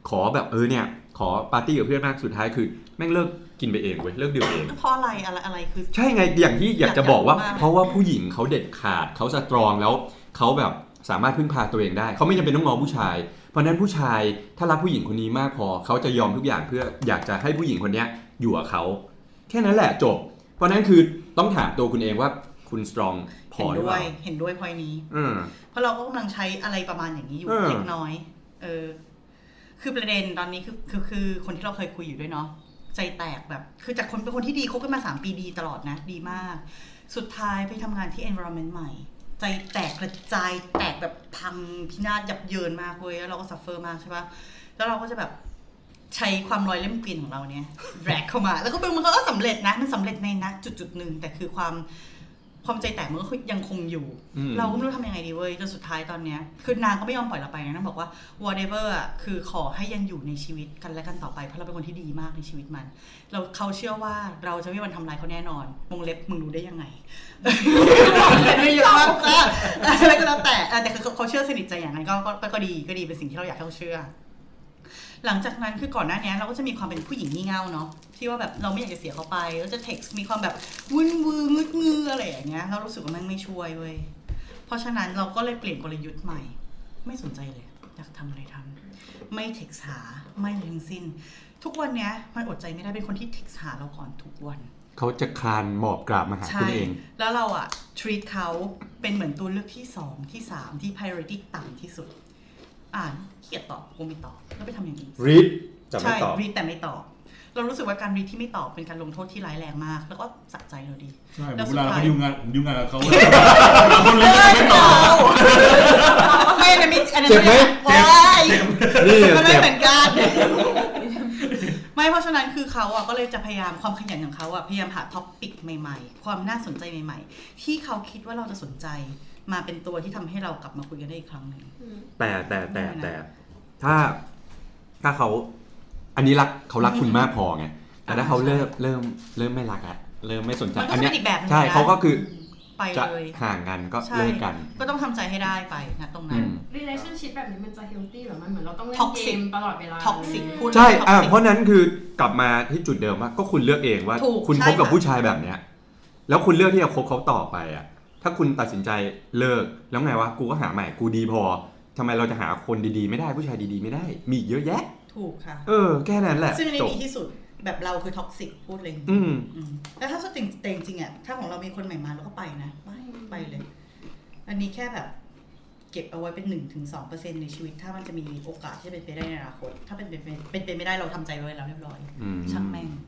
ขอแบบเออเนี่ยขอปาร์ตี้กับเพื่อนมากสุดท้ายคือแม่งเลิกกินไปเองเว้ยเลิกดื่มเองเพราะอะไรอะไรอะไรคือใช่ไงอย่างที่อยากจะบอกว่าเพราะว่าผู้หญิงเขาเด็ดขาดเขาสตรองแล้วเขาแบบสามารถพึ่งพาตัวเองได้เขาไม่จำเป็นต้องง้อผู้ชายเพราะนั้นผู้ชายถ้ารักผู้หญิงคนนี้มากพอเขาจะยอมทุกอย่างเพื่ออยากจะให้ผู้หญิงคนนี้อยู่กับเขาแค่นั้นแหละจบเพราะนั้นคือต้องถามตัวคุณเองว่าคุณสตรองพอหรือเปล่าเห็นด้วยพอยนี้อืมเพราะเราก็กำลังใช้อะไรประมาณอย่างนี้อยู่เล็กน้อยเออคือประเด็นตอนนี้คือคือคือคนที่เราเคยคุยอยู่ด้วยเนาะใจแตกแบบคือจากคนเป็นคนที่ดีคบกันมาสามปีดีตลอดนะดีมากสุดท้ายไปทำงานที่ environment ใหม่ใจแตกกระจายแตกแบบพังพินาศยับเยินมากเลยแล้วเราก็ซัฟเฟอร์มากใช่ปะแล้วเราก็จะแบบใช้ความรอยเล่มกลิ่นของเราเนี่ยแรกเข้ามาแล้วก็เป็นมันก็สำเร็จนะมันสำเร็จในนัดจุดๆหนึ่งแต่คือความความใจแตกมันก็ยังคงอยู่เราก็ไม่รู้ทำยังไงดีเว้ยจนสุดท้ายตอนเนี้ยคือนางก็ไม่ยอมปล่อยเราไปนะนางบอกว่า whatever อ่ะคือขอให้ยังอยู่ในชีวิตกันและกันต่อไปเพราะเราเป็นคนที่ดีมากในชีวิตมันเราเขาเชื่อว่าเราจะไม่มีวันทำร้ายเขาแน่นอนวงเล็บมึงรู้ได้ยังไงไม่เยอะมากค่ะอะไรก็แล้วแต่แต่คือเขาเชื่อสนิทใจอย่างนั้นก็ก็ดีก็ดีเป็นสิ่งที่เราอยากให้เขาเชื่อหลังจากนั้นคือก่อนหน้านี้เราก็จะมีความเป็นผู้หญิงงี่เง่าเนาะที่ว่าแบบเราไม่อยากจะเสียเขาไปแล้วจะเท็กซ์มีความแบบวุ่นวืงึดงืออะไรอย่างเงี้ยเรารู้สึกว่ามันไม่ช่วยเว้ยเพราะฉะนั้นเราก็เลยเปลี่ยนกลยุทธ์ใหม่ไม่สนใจเลยอยากทำอะไรทำไม่เท็กซ์หาไม่ทั้งสิ้นทุกวันเนี้ยมันอดใจไม่ได้เป็นคนที่เท็กซ์หาเราก่อนทุกวันเขาจะคลานหมอบกราบมาหาคุณเองแล้วเราอะ treat เขาเป็นเหมือนตัวเลือกที่สองที่สามที่ priority ต่ำที่สุดอ่านเขียนตอบคงไม่ตอบแล้วไปทำอย่างนี้ read แต่ไม่ตอบใช่ read แต่ไม่ตอบเรารู้สึกว่าการ read ที่ไม่ตอบเป็นการลงโทษที่ร้ายแรงมากแล้วก็สะใจเราดีใช่เวลาเขาดิวงานผมดิวงานกับเขาคนเลยไม่ตอบไม่นะมิอันนั้นเจ็บไหมเจ็บนี่มันไม่เหมือนกันไม่เพราะฉะนั้นคือเขาอ่ะก็เลยจะพยายามความขยันของเขาอ่ะพยายามหาท็อปปิกใหม่ๆความน่าสนใจใหม่ๆที่เขาคิดว่าเราจะสนใจมาเป็นตัวที่ทำให้เรากลับมาคุยกันได้อีกครั้งหนึ่งแต่แต่แต่แต่ถ้าถ้าเขาอันนี้รักเขารักคุณมากพอไงแต่ถ้าเขาเริ่มเริ่มเริ่มไม่รักอะเริ่มไม่สนใจอันนี้ใช่เขาก็คือไปเลยห่างกันก็เลิกกันก็ต้องทำใจให้ได้ไปนะตรงนั้น relationship แบบนี้มันจะ healthy หรอมันเหมือนเราต้องเล่นเกมตลอดเวลา toxic ใช่อ่ะเพราะนั้นคือกลับมาที่จุดเดิมว่าก็คุณเลือกเองว่าคุณคบกับผู้ชายแบบเนี้ยแล้วคุณเลือกที่จะคบเขาต่อไปอ่ะถ้าคุณตัดสินใจเลิกแล้วไงวะกูก็หาใหม่กูดีพอทำไมเราจะหาคนดีๆไม่ได้ผู้ชายดีๆไม่ได้มีเยอะแยะถูกค่ะเออแค่นั้นแหละซึ่งในดีที่สุดแบบเราคือท็อกซิกพูดเลยอืมแล้วถ้าสุดจริงจริงอ่ะถ้าของเรามีคนใหม่มาเราก็ไปนะไม่ไปเลยอันนี้แค่แบบเก็บเอาไว้เป็น หนึ่งถึงสองเปอร์เซ็นต์ ในชีวิตถ้ามันจะมีโอกาสที่จะเป็นไปได้ในอนาคตถ้าเป็นเป็นเป็นเป็นไม่ได้เราทำใจไว้แล้วเรียบร้อยช่างแม่ง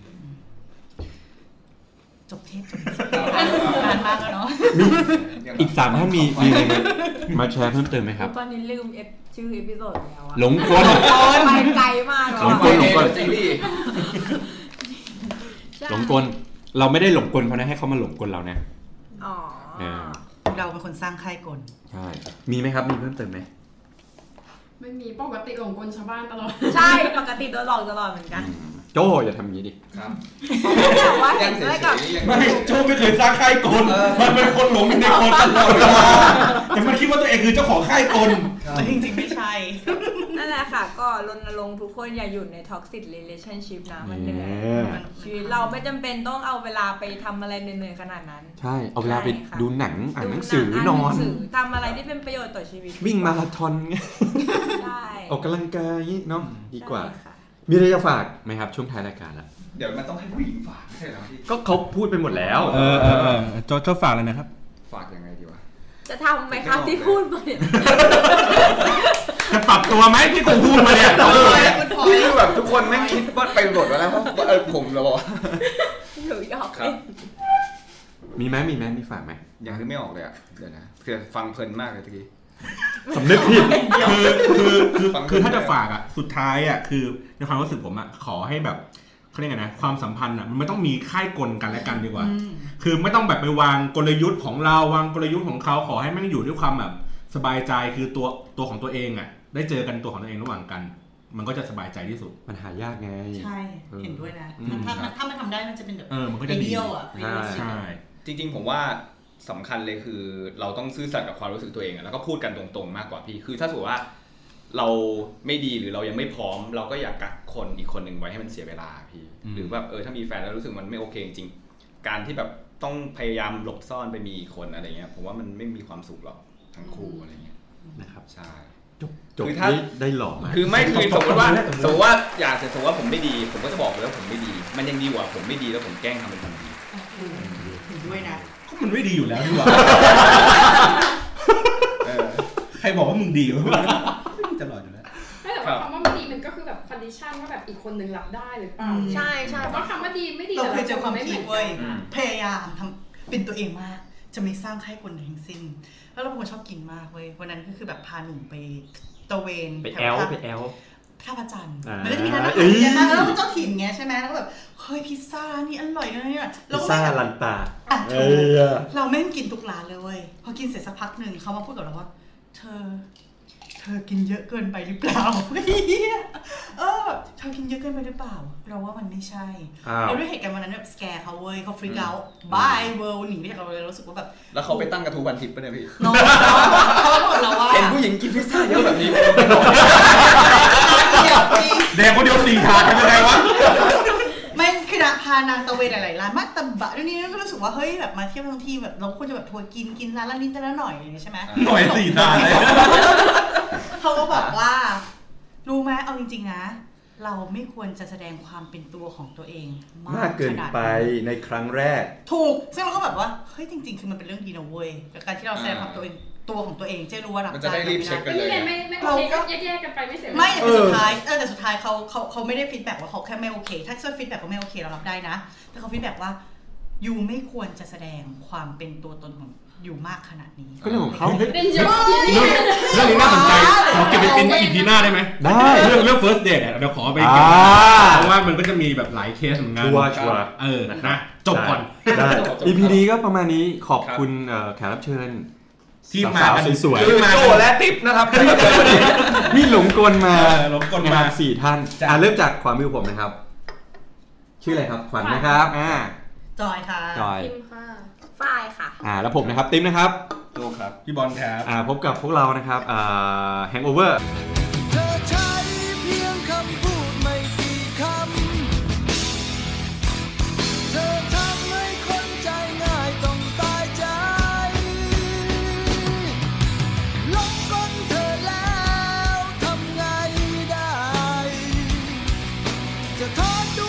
จบเทปจบนานมากแล้วเนาะอีกสามท่านมีมีอะไรมาแชร์เพิ่มเติมไหมครับตอนนี้ลืมเอฟชื่อเอพิโซดแล้วอะหลงกลไปไกลมากหลงกลหลงกลจริงหลงกลเราไม่ได้หลงกลเขานะให้เขามาหลงกลเรานะอ๋อเราเป็นคนสร้างค่ายกลใช่มีไหมครับมีเพิ่มเติมไหมไม่มีปกติหลงกลชาวบ้านตลอดใช่ปกติโดนหลอกตลอดเหมือนกันโจ้อย่าทำอย่างนี้ดิครับว่าเห็นด้วยกับไม่โจ้ไม่เคยสร้างค่ายกลมันเป็นคนหลงในกลตลอดเวลาแต่มันคิดว่าตัวเองคือเจ้าของค่ายกลแต่จริงๆไม่ใช่นั่นแหละค่ะก็รณรงค์ทุกคนอย่าอยู่ใน toxic relationship นะมันเหนื่อยชีวิตเราไม่จำเป็นต้องเอาเวลาไปทำอะไรเหนื่อยๆขนาดนั้นใช่เอาเวลาไปดูหนังอ่านหนังสือนอนทำอะไรที่เป็นประโยชน์ต่อชีวิตวิ่งมาราธอนเงี้ยออกกำลังกายเนาะดีกว่ามีอะไรจะฝากไหมครับช่วงท้ายรายการแล้วเดี๋ยวมันต้องให้ผู้หญิงฝากไม่ใช่เหรอพี่ก็เขาพูดไปหมดแล้วเออเออเออโจ้ฝากเลยนะครับฝากยังไงดีวะจะทำไหมคะที่พูดมาเนี่ยจะปรับตัวไหมที่กูพูดมาเนี่ยพี่แบบทุกคนไม่คิดว่าไปหมดแล้วว่าเออผมเราบอกหนูหยอกครับมีไหมมีไหมมีฝากไหมยังนึกไม่ออกเลยอ่ะเดี๋ยวนะคือฟังเพลินมากเลยทีสำนึกผิดคือคือคือคือถ้าจะฝากอ่ะสุดท้ายอ่ะคือในความรู้สึกผมอ่ะขอให้แบบเขาเรียกไงนะความสัมพันธ์อ่ะมันไม่ต้องมีค่ายกลกันและกันดีกว่าคือไม่ต้องแบบไปวางกลยุทธ์ของเราวางกลยุทธ์ของเขาขอให้มันอยู่ด้วยความแบบสบายใจคือตัวตัวของตัวเองอ่ะได้เจอกันตัวของตัวเองระหว่างกันมันก็จะสบายใจที่สุดมันหายากไงใช่เห็นด้วยนะถ้าถ้ามันทำได้มันจะเป็นแบบเออมันก็จะดีอ่ะใช่จริงๆผมว่าสำคัญเลยคือเราต้องซื่อสัตย์กับความรู้สึกตัวเองแล้วก็พูดกันตรงๆมากกว่าพี่คือถ้าสมมติว่าเราไม่ดีหรือเรายังไม่พร้อมเราก็อยากกักคนอีกคนหนึ่งไว้ให้มันเสียเวลาพี่หรือแบบเออถ้ามีแฟนแล้วรู้สึกมันไม่โอเคจริงๆการที่แบบต้องพยายามหลบซ่อนไปมีอีกคนอะไรเงี้ยผมว่ามันไม่มีความสุขหรอกทั้งคู่อะไรเงี้ยนะครับใช่จบจบนี้ได้หล่อมากคือไม่คือสมมติว่าสมมติว่าอยากจะสมมติว่าผมไม่ดีผมก็จะบอกเลยว่าผมไม่ดีมันยังดีกว่าผมไม่ดีแล้วผมแกล้งทำเป็นคนดีด้วยนะก็มันไม่ดีอยู่แล้วดีกว่าใครบอกว่ามึงดีวะจะหล่ออยู่แล้วไม่แต่ว่าคำว่าไม่ดีมันก็คือแบบคอนดิชันว่าแบบอีกคนนึงรับได้หรือเปล่าใช่ใช่เพราะคำว่าดีไม่ดีเราเคยเจอความคิดเว้ยพยายามทำเป็นตัวเองมากจะไม่สร้างให้คนทั้งสิ้นแล้วเราเป็นคนชอบกินมากเว้ยวันนั้นก็คือแบบพาหนุ่มไปตะเวนไปแอลไปแอลท่าพระจันทร์มันจะมีร้านอาหารเยอะมากแล้วเป็นเจ้าถิ่นไงใช่ไหมแล้วก็แบบเฮ้ยพิซซ่าร้านนี้อร่อยนะเนี่ยพิซซ่าลันตาเราแม่งกินทุกร้านเลยเว้ยพอกินเสร็จสักพักหนึ่งเขามาพูดกับเราว่าเธอเธอกินเยอะเกินไปหรือเปล่าเออเธอกินเยอะเกินไปหรือเปล่าเราว่ามันไม่ใช่เราด้วยเหตุการณ์วันนั้นแบบสแกร์เขาเว้ยเขาฟรีกเอาท์บายเวิลด์หนีไปจากเราเลยรู้สึกว่าแบบแล้วเขาไปตั้งกระทู้วันทิพย์ป่ะเนี่ยพี่น้องเขาบอกเราว่าเห็นผู้หญิงกินพิซซ่าเยอะแบบนี้แดงคนเดียวสี่ถาดเป็นยังไงวะไม่คือพานางตะเวนหลายๆร้านมาตะบะด้วยนี่ก็รู้สึกว่าเฮ้ยแบบมาเที่ยวทั้งทีแบบเราควรจะแบบทัวร์กินกินร้านละนิดละหน่อยใช่ไหมหน่อยสี่ถาดเลยเขาก็บอกว่ารู้ไหมเอาจริงๆนะเราไม่ควรจะแสดงความเป็นตัวของตัวเองมากเกินไปในครั้งแรกถูกซึ่งเราก็แบบว่าเฮ้ยจริงๆคือมันเป็นเรื่องดีนะเว้ยกับการที่เราแสดงความตัวเองตัวของตัวเองจะรู้ว่าเราจะได้รีบเช็คกันเลยเราก็แยกๆกันไปไม่เสียไม่แต่สุดท้ายแต่สุดท้ายเขาเขาเขาไม่ได้ฟีดแบ็กว่าเขาแค่ไม่โอเคถ้าเกิดฟีดแบ็กเขาไม่โอเคเรารับได้นะแต่เขาฟีดแบ็กว่ายูไม่ควรจะแสดงความเป็นตัวตนของอยู่มากขนาดนี้ก็เรื่องของเขาเป็นเยอะเรื่องนี้น่าสนใจขอเก็บไปเป็น อี พี หน้าได้ไหมได้เรื่องเรื่อง first date เดี๋ยวขอไปเก็บเพราะว่ามันก็จะมีแบบหลายเคสเหมือนกันชัวร์ชัวร์เออนะจบก่อนได้ อี พี นี้ก็ประมาณนี้ขอบคุณแขกรับเชิญที่มาสวยๆโจและติ๊บนะครับพี่หลงกลมาหลงกลมาสี่ท่านอ่ะเริ่มจากขวามือผมนะครับชื่ออะไรครับขวัญนะครับอ่าจอยค่ะจอยฝ้ายค่ะอ่าแล้วผมนะครับติ๊มนะครับโจครับพี่บอลครับอ่าพบกับพวกเรานะครับอ่า Hangover เธอใช้เพียงคำพูดไม่กี่คำเธอทำให้คนใจง่ายต้องตายใจหลงกลเธอแล้วทำไงได้จะทอดดู